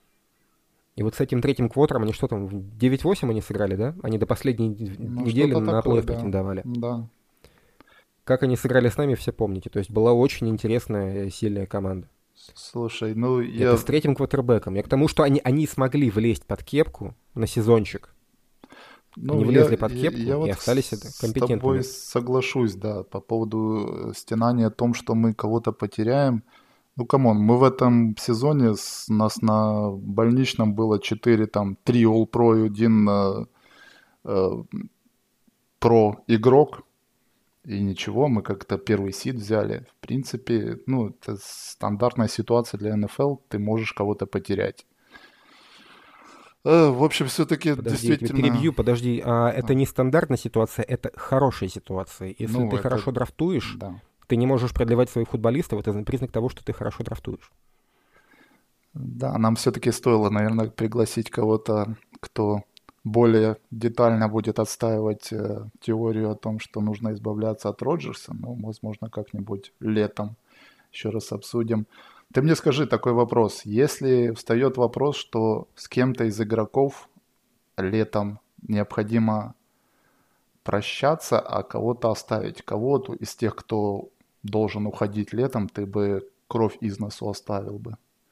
И вот с этим третьим квотером они что там, 9-8 они сыграли, да? Они до последней недели на плей-офф претендовали. Да. Как они сыграли с нами, все помните. То есть была очень интересная, сильная команда. Слушай, Это с третьим квотербеком. Я к тому, что они смогли влезть под кепку на сезончик. Они влезли под кепку и остались компетентными. С тобой соглашусь, да, по поводу стенания о том, что мы кого-то потеряем. Ну, камон, мы в этом сезоне, у нас на больничном было 3 All-Pro и 1 Pro-игрок. И ничего, мы как-то первый сид взяли. В принципе, это стандартная ситуация для НФЛ, ты можешь кого-то потерять. В общем, все-таки действительно... Я перебью, подожди. Это не стандартная ситуация, это хорошая ситуация. Если ты хорошо драфтуешь, да. Ты не можешь продлевать своих футболистов, это признак того, что ты хорошо драфтуешь. Да, нам все-таки стоило, наверное, пригласить кого-то, кто более детально будет отстаивать теорию о том, что нужно избавляться от Роджерса. Возможно, как-нибудь летом еще раз обсудим. Ты мне скажи такой вопрос. Если встает вопрос, что с кем-то из игроков летом необходимо прощаться, а кого-то оставить, кого-то из тех, кто должен уходить летом, ты бы кровь из носу оставил бы?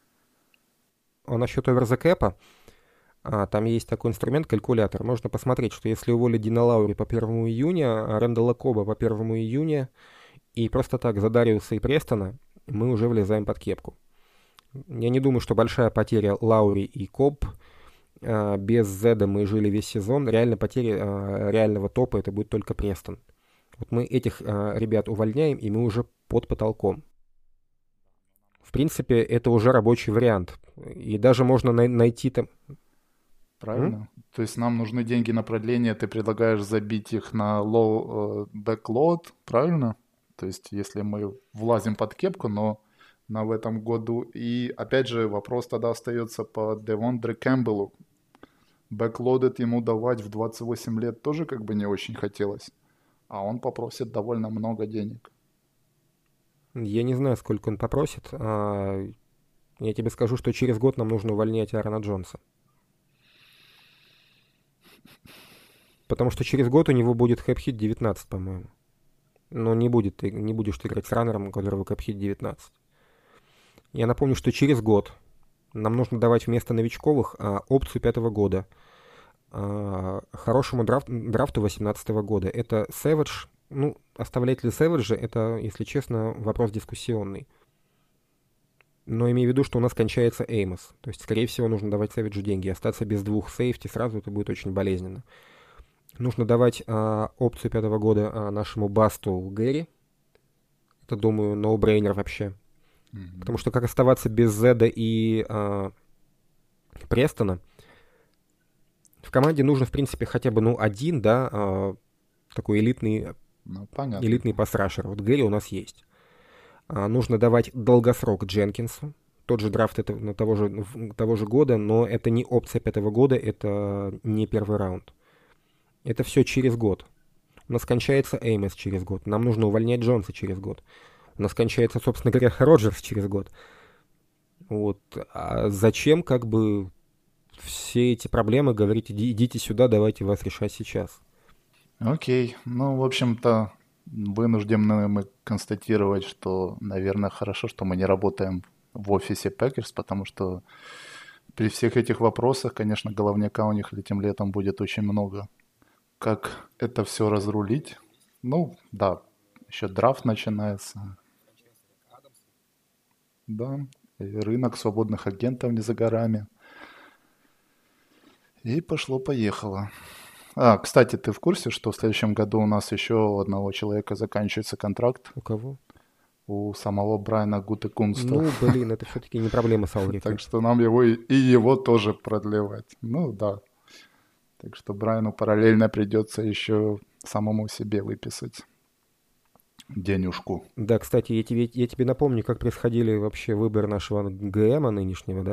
А насчет оверзакэпа, там есть такой инструмент, калькулятор. Можно посмотреть, что если уволить Дина Лаури по 1 июня, а Рэндалла Коба по 1 июня, и просто так за Дариуса и Престона, мы уже влезаем под кепку. Я не думаю, что большая потеря Лаури и Коб. Без Зеда мы жили весь сезон. Реально потеря реального топа это будет только Престон. Вот мы этих ребят увольняем, и мы уже под потолком. В принципе, это уже рабочий вариант. И даже можно найти там... Правильно? То есть нам нужны деньги на продление, ты предлагаешь забить их на low backload, правильно? То есть если мы влазим под кепку, но в этом году... И опять же вопрос тогда остается по Девондре Кэмпбеллу. Бэклодед ему давать в 28 лет тоже как бы не очень хотелось. А он попросит довольно много денег. Я не знаю, сколько он попросит. Я тебе скажу, что через год нам нужно увольнять Аарона Джонса. Потому что через год у него будет хэп-хит 19, по-моему. Но не будешь ты играть с раннером, у которого хэп-хит 19. Я напомню, что через год нам нужно давать вместо новичковых опцию 5-го года. Хорошему драфту 18-го года. Это Savage. Ну, оставлять ли Savage, это, если честно, вопрос дискуссионный. Но имею в виду, что у нас кончается Эймос. То есть, скорее всего, нужно давать Savage деньги. Остаться без 2 сейфти сразу это будет очень болезненно. Нужно давать опцию 5-го года нашему Басту Гэри. Это, думаю, ноу-брейнер вообще. Mm-hmm. Потому что как оставаться без Зеда и Престона? В команде нужно, в принципе, хотя бы, один, да, такой элитный пасрашер. Вот Гэри у нас есть. Нужно давать долгосрок Дженкинсу. Тот же драфт это того же года, но это не опция 5-го года, это не первый раунд. Это все через год. У нас кончается Эймос через год. Нам нужно увольнять Джонса через год. У нас кончается, собственно говоря, Роджерс через год. Вот. А зачем как бы все эти проблемы говорить, идите сюда, давайте вас решать сейчас? Окей. Ну, в общем-то, вынуждены мы констатировать, что, наверное, хорошо, что мы не работаем в офисе Пекерс, потому что при всех этих вопросах, конечно, головняка у них этим летом будет очень много. Как это все разрулить? Ну, да, еще драфт начинается. Да, и рынок свободных агентов не за горами. И пошло-поехало. Кстати, ты в курсе, что в следующем году у нас еще у одного человека заканчивается контракт? У кого? У самого Брайана Гутекунста. Ну, блин, это все-таки не проблема Саурика. Так что нам его тоже продлевать. Ну, да. Так что Брайану параллельно придется еще самому себе выписать денежку. Да, кстати, я тебе напомню, как происходили вообще выборы нашего ГМа нынешнего,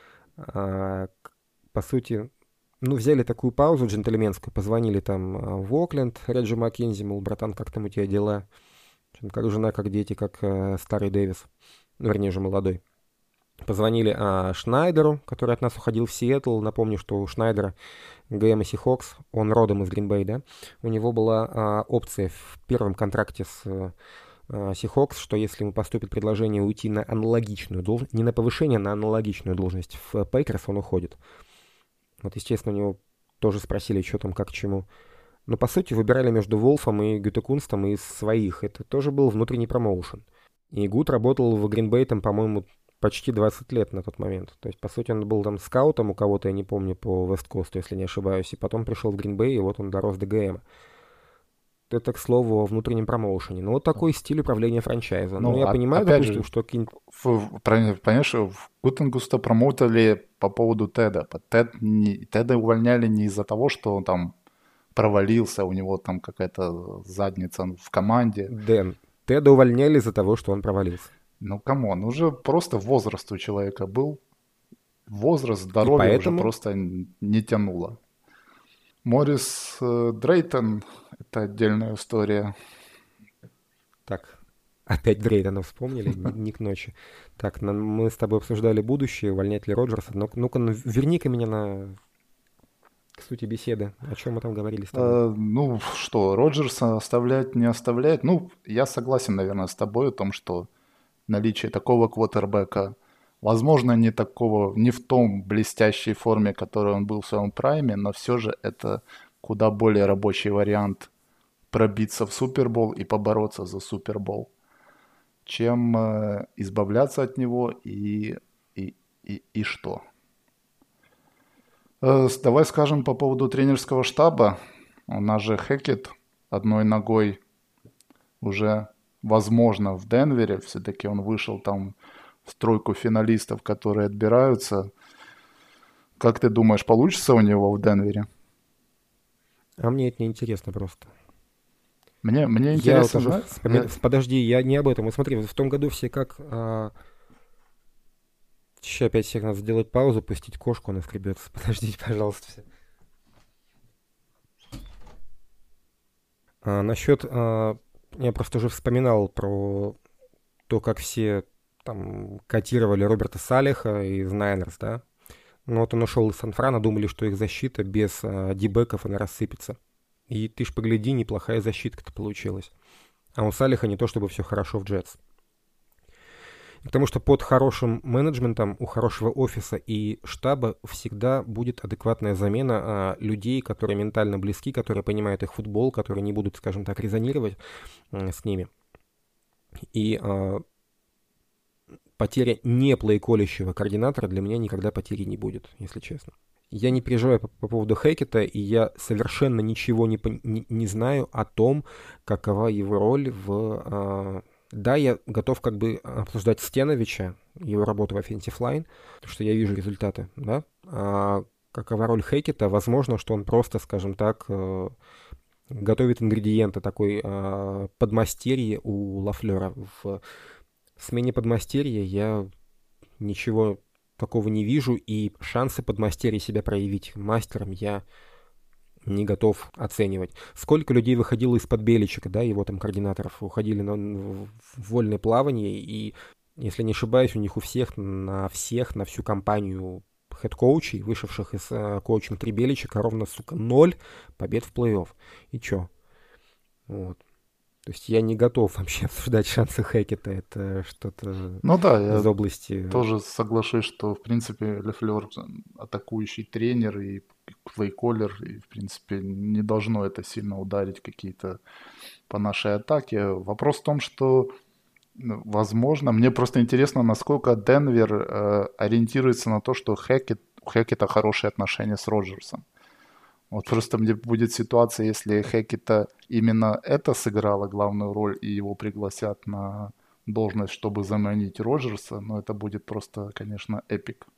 да? По сути, взяли такую паузу джентльменскую, позвонили там в Окленд, Реджи Маккензи, мол, братан, как там у тебя дела? Как жена, как дети, как старый Дэвис, вернее же молодой. Позвонили Шнайдеру, который от нас уходил в Сиэтл. Напомню, что у Шнайдера ГМ Сихокс, он родом из Грин-Бэй, да? У него была опция в первом контракте с Сихокс, что если ему поступит предложение уйти на аналогичную должность, не на повышение, а на аналогичную должность в Пейкерс, он уходит. Вот, естественно, у него тоже спросили, что там, как, к чему. Но, по сути, выбирали между Волфом и Гютекунстом из своих. Это тоже был внутренний промоушен. И Гут работал в Грин-Бэй, там, по-моему, почти 20 лет на тот момент. То есть, по сути, он был там скаутом у кого-то, я не помню, по Вест-Косту, если не ошибаюсь. И потом пришел в Грин-Бэй, и вот он дорос до ГМа. Это, к слову, о внутреннем промоушене. Ну, вот такой стиль управления франчайза. Ну, я понимаю, допустим, что... Понимаешь, в Гутенгуста промоутали по поводу Теда. Теда увольняли не из-за того, что он там провалился, у него там какая-то задница в команде. Дэн, Теда увольняли из-за того, что он провалился. Ну, камон, уже просто возраст у человека был. Возраст, здоровье поэтому... уже просто не тянуло. Морис Дрейтон — это отдельная история. Так, опять Дрейтона вспомнили, не к ночи. Так, мы с тобой обсуждали будущее, увольнять ли Роджерса. Ну-ка, верни-ка меня к сути беседы. О чем мы там говорили с тобой? Ну, что, Роджерса оставлять, не оставлять? Ну, я согласен, наверное, с тобой о том, что наличие такого квотербека Возможно, не в том блестящей форме, которой он был в своем прайме, но все же это куда более рабочий вариант пробиться в Супербол и побороться за Супербол, чем избавляться от него и что. Давай скажем по поводу тренерского штаба. У нас же Хекет одной ногой уже, возможно, в Денвере. Все-таки он вышел там в тройку финалистов, которые отбираются. Как ты думаешь, получится у него в Денвере? А мне это не интересно просто. Мне Я вот интересно, тоже знаешь, я... Подожди, я не об этом. Вот смотри, в том году все как... Сейчас опять всех надо сделать паузу, пустить кошку, она скребется. Подождите, пожалуйста. Все. Насчет... я просто уже вспоминал про то, как все там котировали Роберта Салиха из Найнерс, да? Ну вот он ушел из Сан-Франа, думали, что их защита без дебеков она рассыпется. И ты ж погляди, неплохая защитка-то получилась. А у Салиха не то чтобы все хорошо в Джетс. Потому что под хорошим менеджментом у хорошего офиса и штаба всегда будет адекватная замена людей, которые ментально близки, которые понимают их футбол, которые не будут, скажем так, резонировать с ними. И потеря не плей-колющего координатора для меня никогда потери не будет, если честно. Я не переживаю по поводу Хекета, и я совершенно ничего не знаю о том, какова его роль в... Да, я готов как бы обсуждать Стеновича, его работу в Offensive Line, потому что я вижу результаты, да. А какова роль Хекета? Возможно, что он просто, скажем так, готовит ингредиенты такой подмастерье у Лафлера. В смене подмастерья я ничего такого не вижу, и шансы подмастерья себя проявить мастером я не готов оценивать. Сколько людей выходило из-под Беличика, да, его там координаторов, уходили в вольное плавание, и, если не ошибаюсь, у них у всех, на всю компанию хед-коучей, вышедших из коучинг-3 Беличика, ровно, сука, 0 побед в плей-офф. И чё? Вот. То есть я не готов вообще обсуждать шансы Хекета. Это что-то Ну да, из я области... тоже соглашусь, что, в принципе, Лефлер атакующий тренер и плейколлер, и, в принципе, не должно это сильно ударить какие-то по нашей атаке. Вопрос в том, что, возможно, мне просто интересно, насколько Денвер ориентируется на то, что у Хекета хорошие отношения с Роджерсом. Вот просто мне будет ситуация, если Хекета именно это сыграло главную роль, и его пригласят на должность, чтобы заманить Роджерса, но это будет просто, конечно, эпик.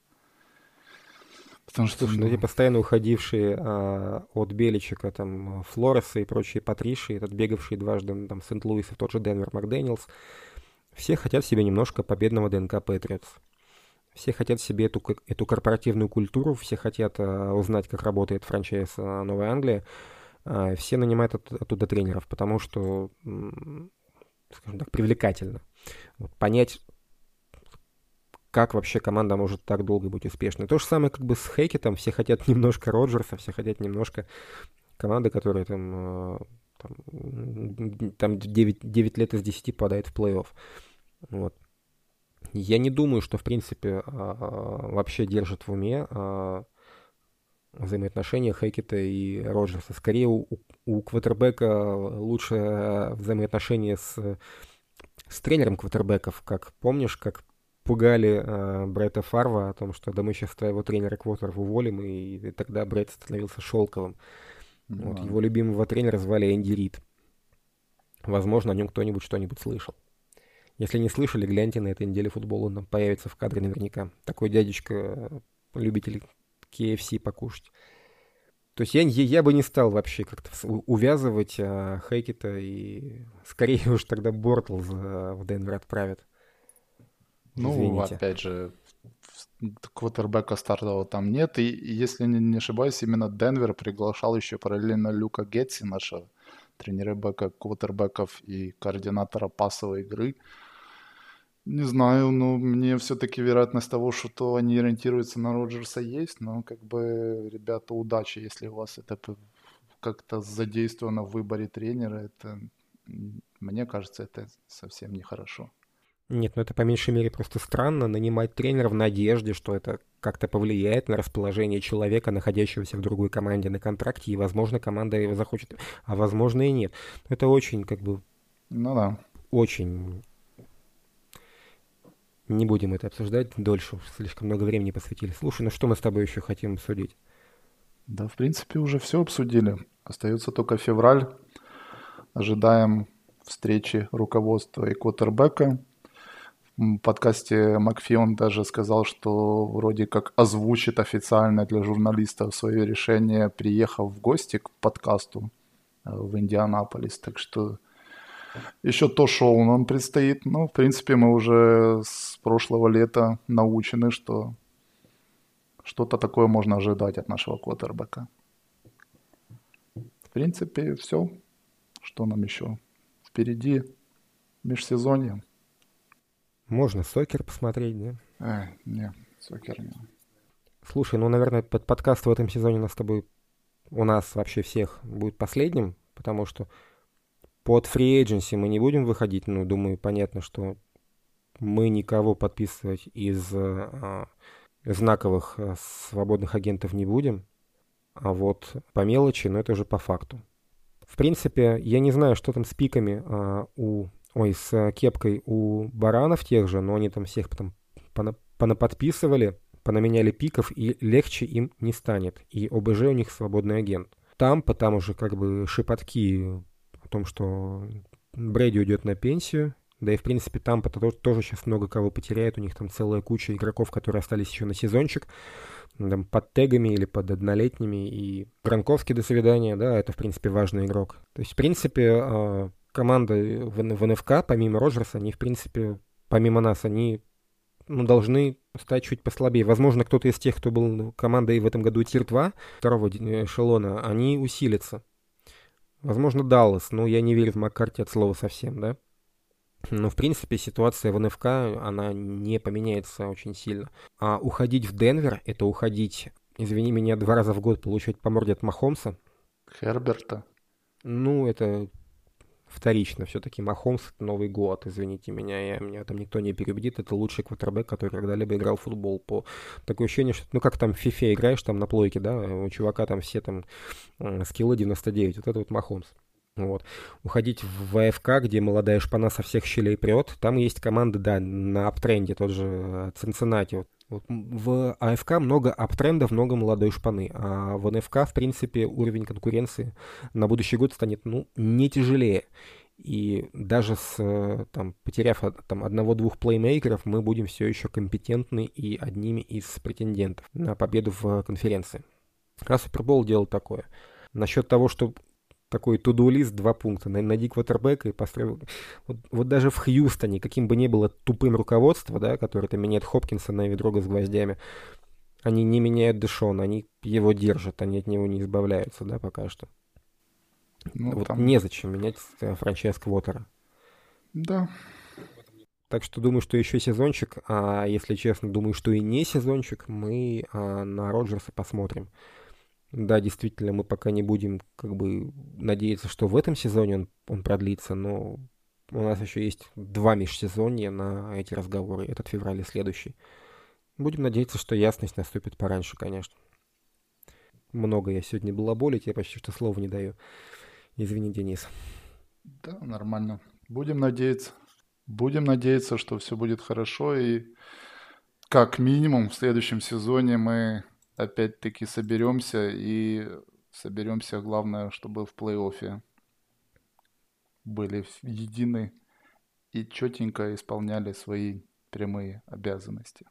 Потому что, Слушай, ну эти постоянно уходившие от Беличика, там, Флореса и прочие Патриши, этот бегавший дважды там, Сент-Луис и тот же Денвер Макдэниелс, все хотят себе немножко победного ДНК Патриотс. Все хотят себе эту корпоративную культуру, все хотят узнать, как работает франчайз Новая Англия. Все нанимают оттуда тренеров, потому что, скажем так, привлекательно. Вот, понять, как вообще команда может так долго быть успешной. То же самое как бы с Хейкетом. Все хотят немножко Роджерса, все хотят немножко команды, которая там 9 лет из 10 попадает в плей-офф. Вот. Я не думаю, что, в принципе, вообще держит в уме взаимоотношения Хекета и Роджерса. Скорее, у квотербека лучше взаимоотношения с тренером квотербеков. Как помнишь, как пугали Бретта Фарва о том, что да мы сейчас твоего тренера-квотеров уволим, и тогда Бретт становился шелковым. Вот, да. его любимого тренера звали Энди Рид. Возможно, о нем кто-нибудь что-нибудь слышал. Если не слышали, гляньте на этой неделе футбола, он там появится в кадре наверняка. Такой дядечка, любитель KFC покушать. То есть я бы не стал вообще как-то увязывать Хейкета, и скорее уж тогда Бортлз в Денвер отправят. Ну, Извините. опять же, квотербека стартового там нет. И если не ошибаюсь, именно Денвер приглашал еще параллельно Люка Гетси, нашего тренера квотербеков и координатора пасовой игры. Не знаю, но мне все-таки вероятность того, что они ориентируются на Роджерса есть, но как бы, ребята, удачи, если у вас это как-то задействовано в выборе тренера, это, мне кажется, это совсем нехорошо. Нет, ну это по меньшей мере просто странно нанимать тренера в надежде, что это как-то повлияет на расположение человека, находящегося в другой команде на контракте, и, возможно, команда его захочет, а возможно и нет. Это очень, как бы, Ну да. очень... Не будем это обсуждать дольше, уж слишком много времени посвятили. Слушай, ну что мы с тобой еще хотим обсудить? Да, в принципе, уже все обсудили. Остается только февраль. Ожидаем встречи руководства и квотербека. В подкасте Макфион даже сказал, что вроде как озвучит официально для журналистов свое решение, приехав в гости к подкасту в Индианаполис. Так что еще то шоу нам предстоит. Но, в принципе, мы уже с прошлого лета научены, что что-то такое можно ожидать от нашего квотербека. В принципе, все. Что нам еще? Впереди межсезонье. Можно сокер посмотреть, да? Не, сокер не. Слушай, ну, наверное, подкаст в этом сезоне у нас вообще всех будет последним, потому что под free agency мы не будем выходить. Ну, думаю, понятно, что мы никого подписывать из знаковых свободных агентов не будем. А вот по мелочи, но это уже по факту. В принципе, я не знаю, что там с пиками с кепкой у баранов тех же, но они там всех потом понаподписывали, понаменяли пиков, и легче им не станет. И ОБЖ у них свободный агент. Там уже как бы шепотки о том, что Брэди уйдет на пенсию. Да и, в принципе, Тампа тоже сейчас много кого потеряет. У них там целая куча игроков, которые остались еще на сезончик. Там, под тегами или под однолетними. И Гранковский, до свидания, да, это, в принципе, важный игрок. То есть, в принципе, команда в НФК, помимо Роджерса, они, в принципе, помимо нас, они должны стать чуть послабее. Возможно, кто-то из тех, кто был командой в этом году Тир-2, второго эшелона, они усилятся. Возможно, Даллас, но я не верю в Маккарти от слова совсем, да. Но, в принципе, ситуация в НФК, она не поменяется очень сильно. А уходить в Денвер — это уходить, извини меня, 2 раза в год получать по морде от Махомса. Херберта. Ну, это вторично. Все-таки Махомс — Новый год, извините меня. Меня там никто не переубедит. Это лучший квотербек, который когда-либо играл в футбол. Такое ощущение, что, ну, как там в фифе играешь, там на плойке, да, у чувака там все там скиллы 99. Вот это вот Махомс. Вот. Уходить в АФК, где молодая шпана со всех щелей прет. Там есть команды, да, на аптренде, тот же Цинциннати. Вот. В АФК много аптрендов, много молодой шпаны. А в НФК, в принципе, уровень конкуренции на будущий год станет, не тяжелее. И даже потеряв там одного-двух плеймейкеров, мы будем все еще компетентны и одними из претендентов на победу в конференции. Раз Супербол делал такое. Насчет того, что такой туду-лист, 2 пункта. Найди квотербека и построил. Вот даже в Хьюстоне, каким бы ни было тупым руководство, да, которое там меняет Хопкинса на ведрога с гвоздями, они не меняют Дэшона, они его держат, они от него не избавляются, да, пока что. Ну, вот там... незачем менять франчайз-квотера. Да. Так что думаю, что еще сезончик, а если честно, думаю, что и не сезончик, мы на Роджерса посмотрим. Да, действительно, мы пока не будем как бы надеяться, что в этом сезоне он продлится, но у нас еще есть 2 межсезонья на эти разговоры, этот февраль и следующий. Будем надеяться, что ясность наступит пораньше, конечно. Много я сегодня балаболить, я почти что слова не даю. Извини, Денис. Да, нормально. Будем надеяться. Будем надеяться, что все будет хорошо, и как минимум в следующем сезоне мы опять-таки соберемся, главное, чтобы в плей-оффе были едины и четенько исполняли свои прямые обязанности.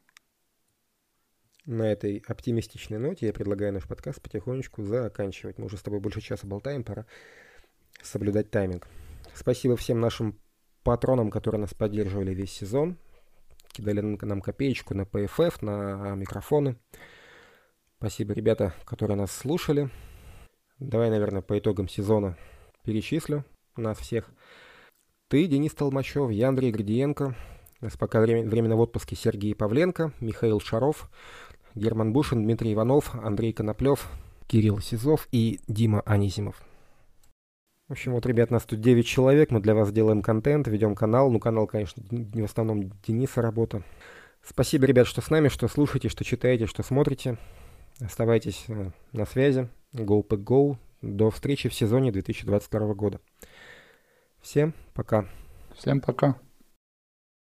На этой оптимистичной ноте я предлагаю наш подкаст потихонечку заканчивать. Мы уже с тобой больше часа болтаем, пора соблюдать тайминг. Спасибо всем нашим патронам, которые нас поддерживали весь сезон. Кидали нам копеечку на PFF, на микрофоны. Спасибо, ребята, которые нас слушали. Давай, наверное, по итогам сезона перечислю нас всех. Ты, Денис Толмачев, я, Андрей Гордиенко. У нас пока временно в отпуске Сергей Павленко, Михаил Шаров, Герман Бушин, Дмитрий Иванов, Андрей Коноплев, Кирилл Сизов и Дима Анисимов. В общем, вот, ребят, нас тут 9 человек, мы для вас делаем контент, ведем канал. Ну, канал, конечно, в основном Дениса работа. Спасибо, ребят, что с нами, что слушаете, что читаете, что смотрите. Оставайтесь на связи. Go Pack Go. До встречи в сезоне 2022 года. Всем пока. Всем пока.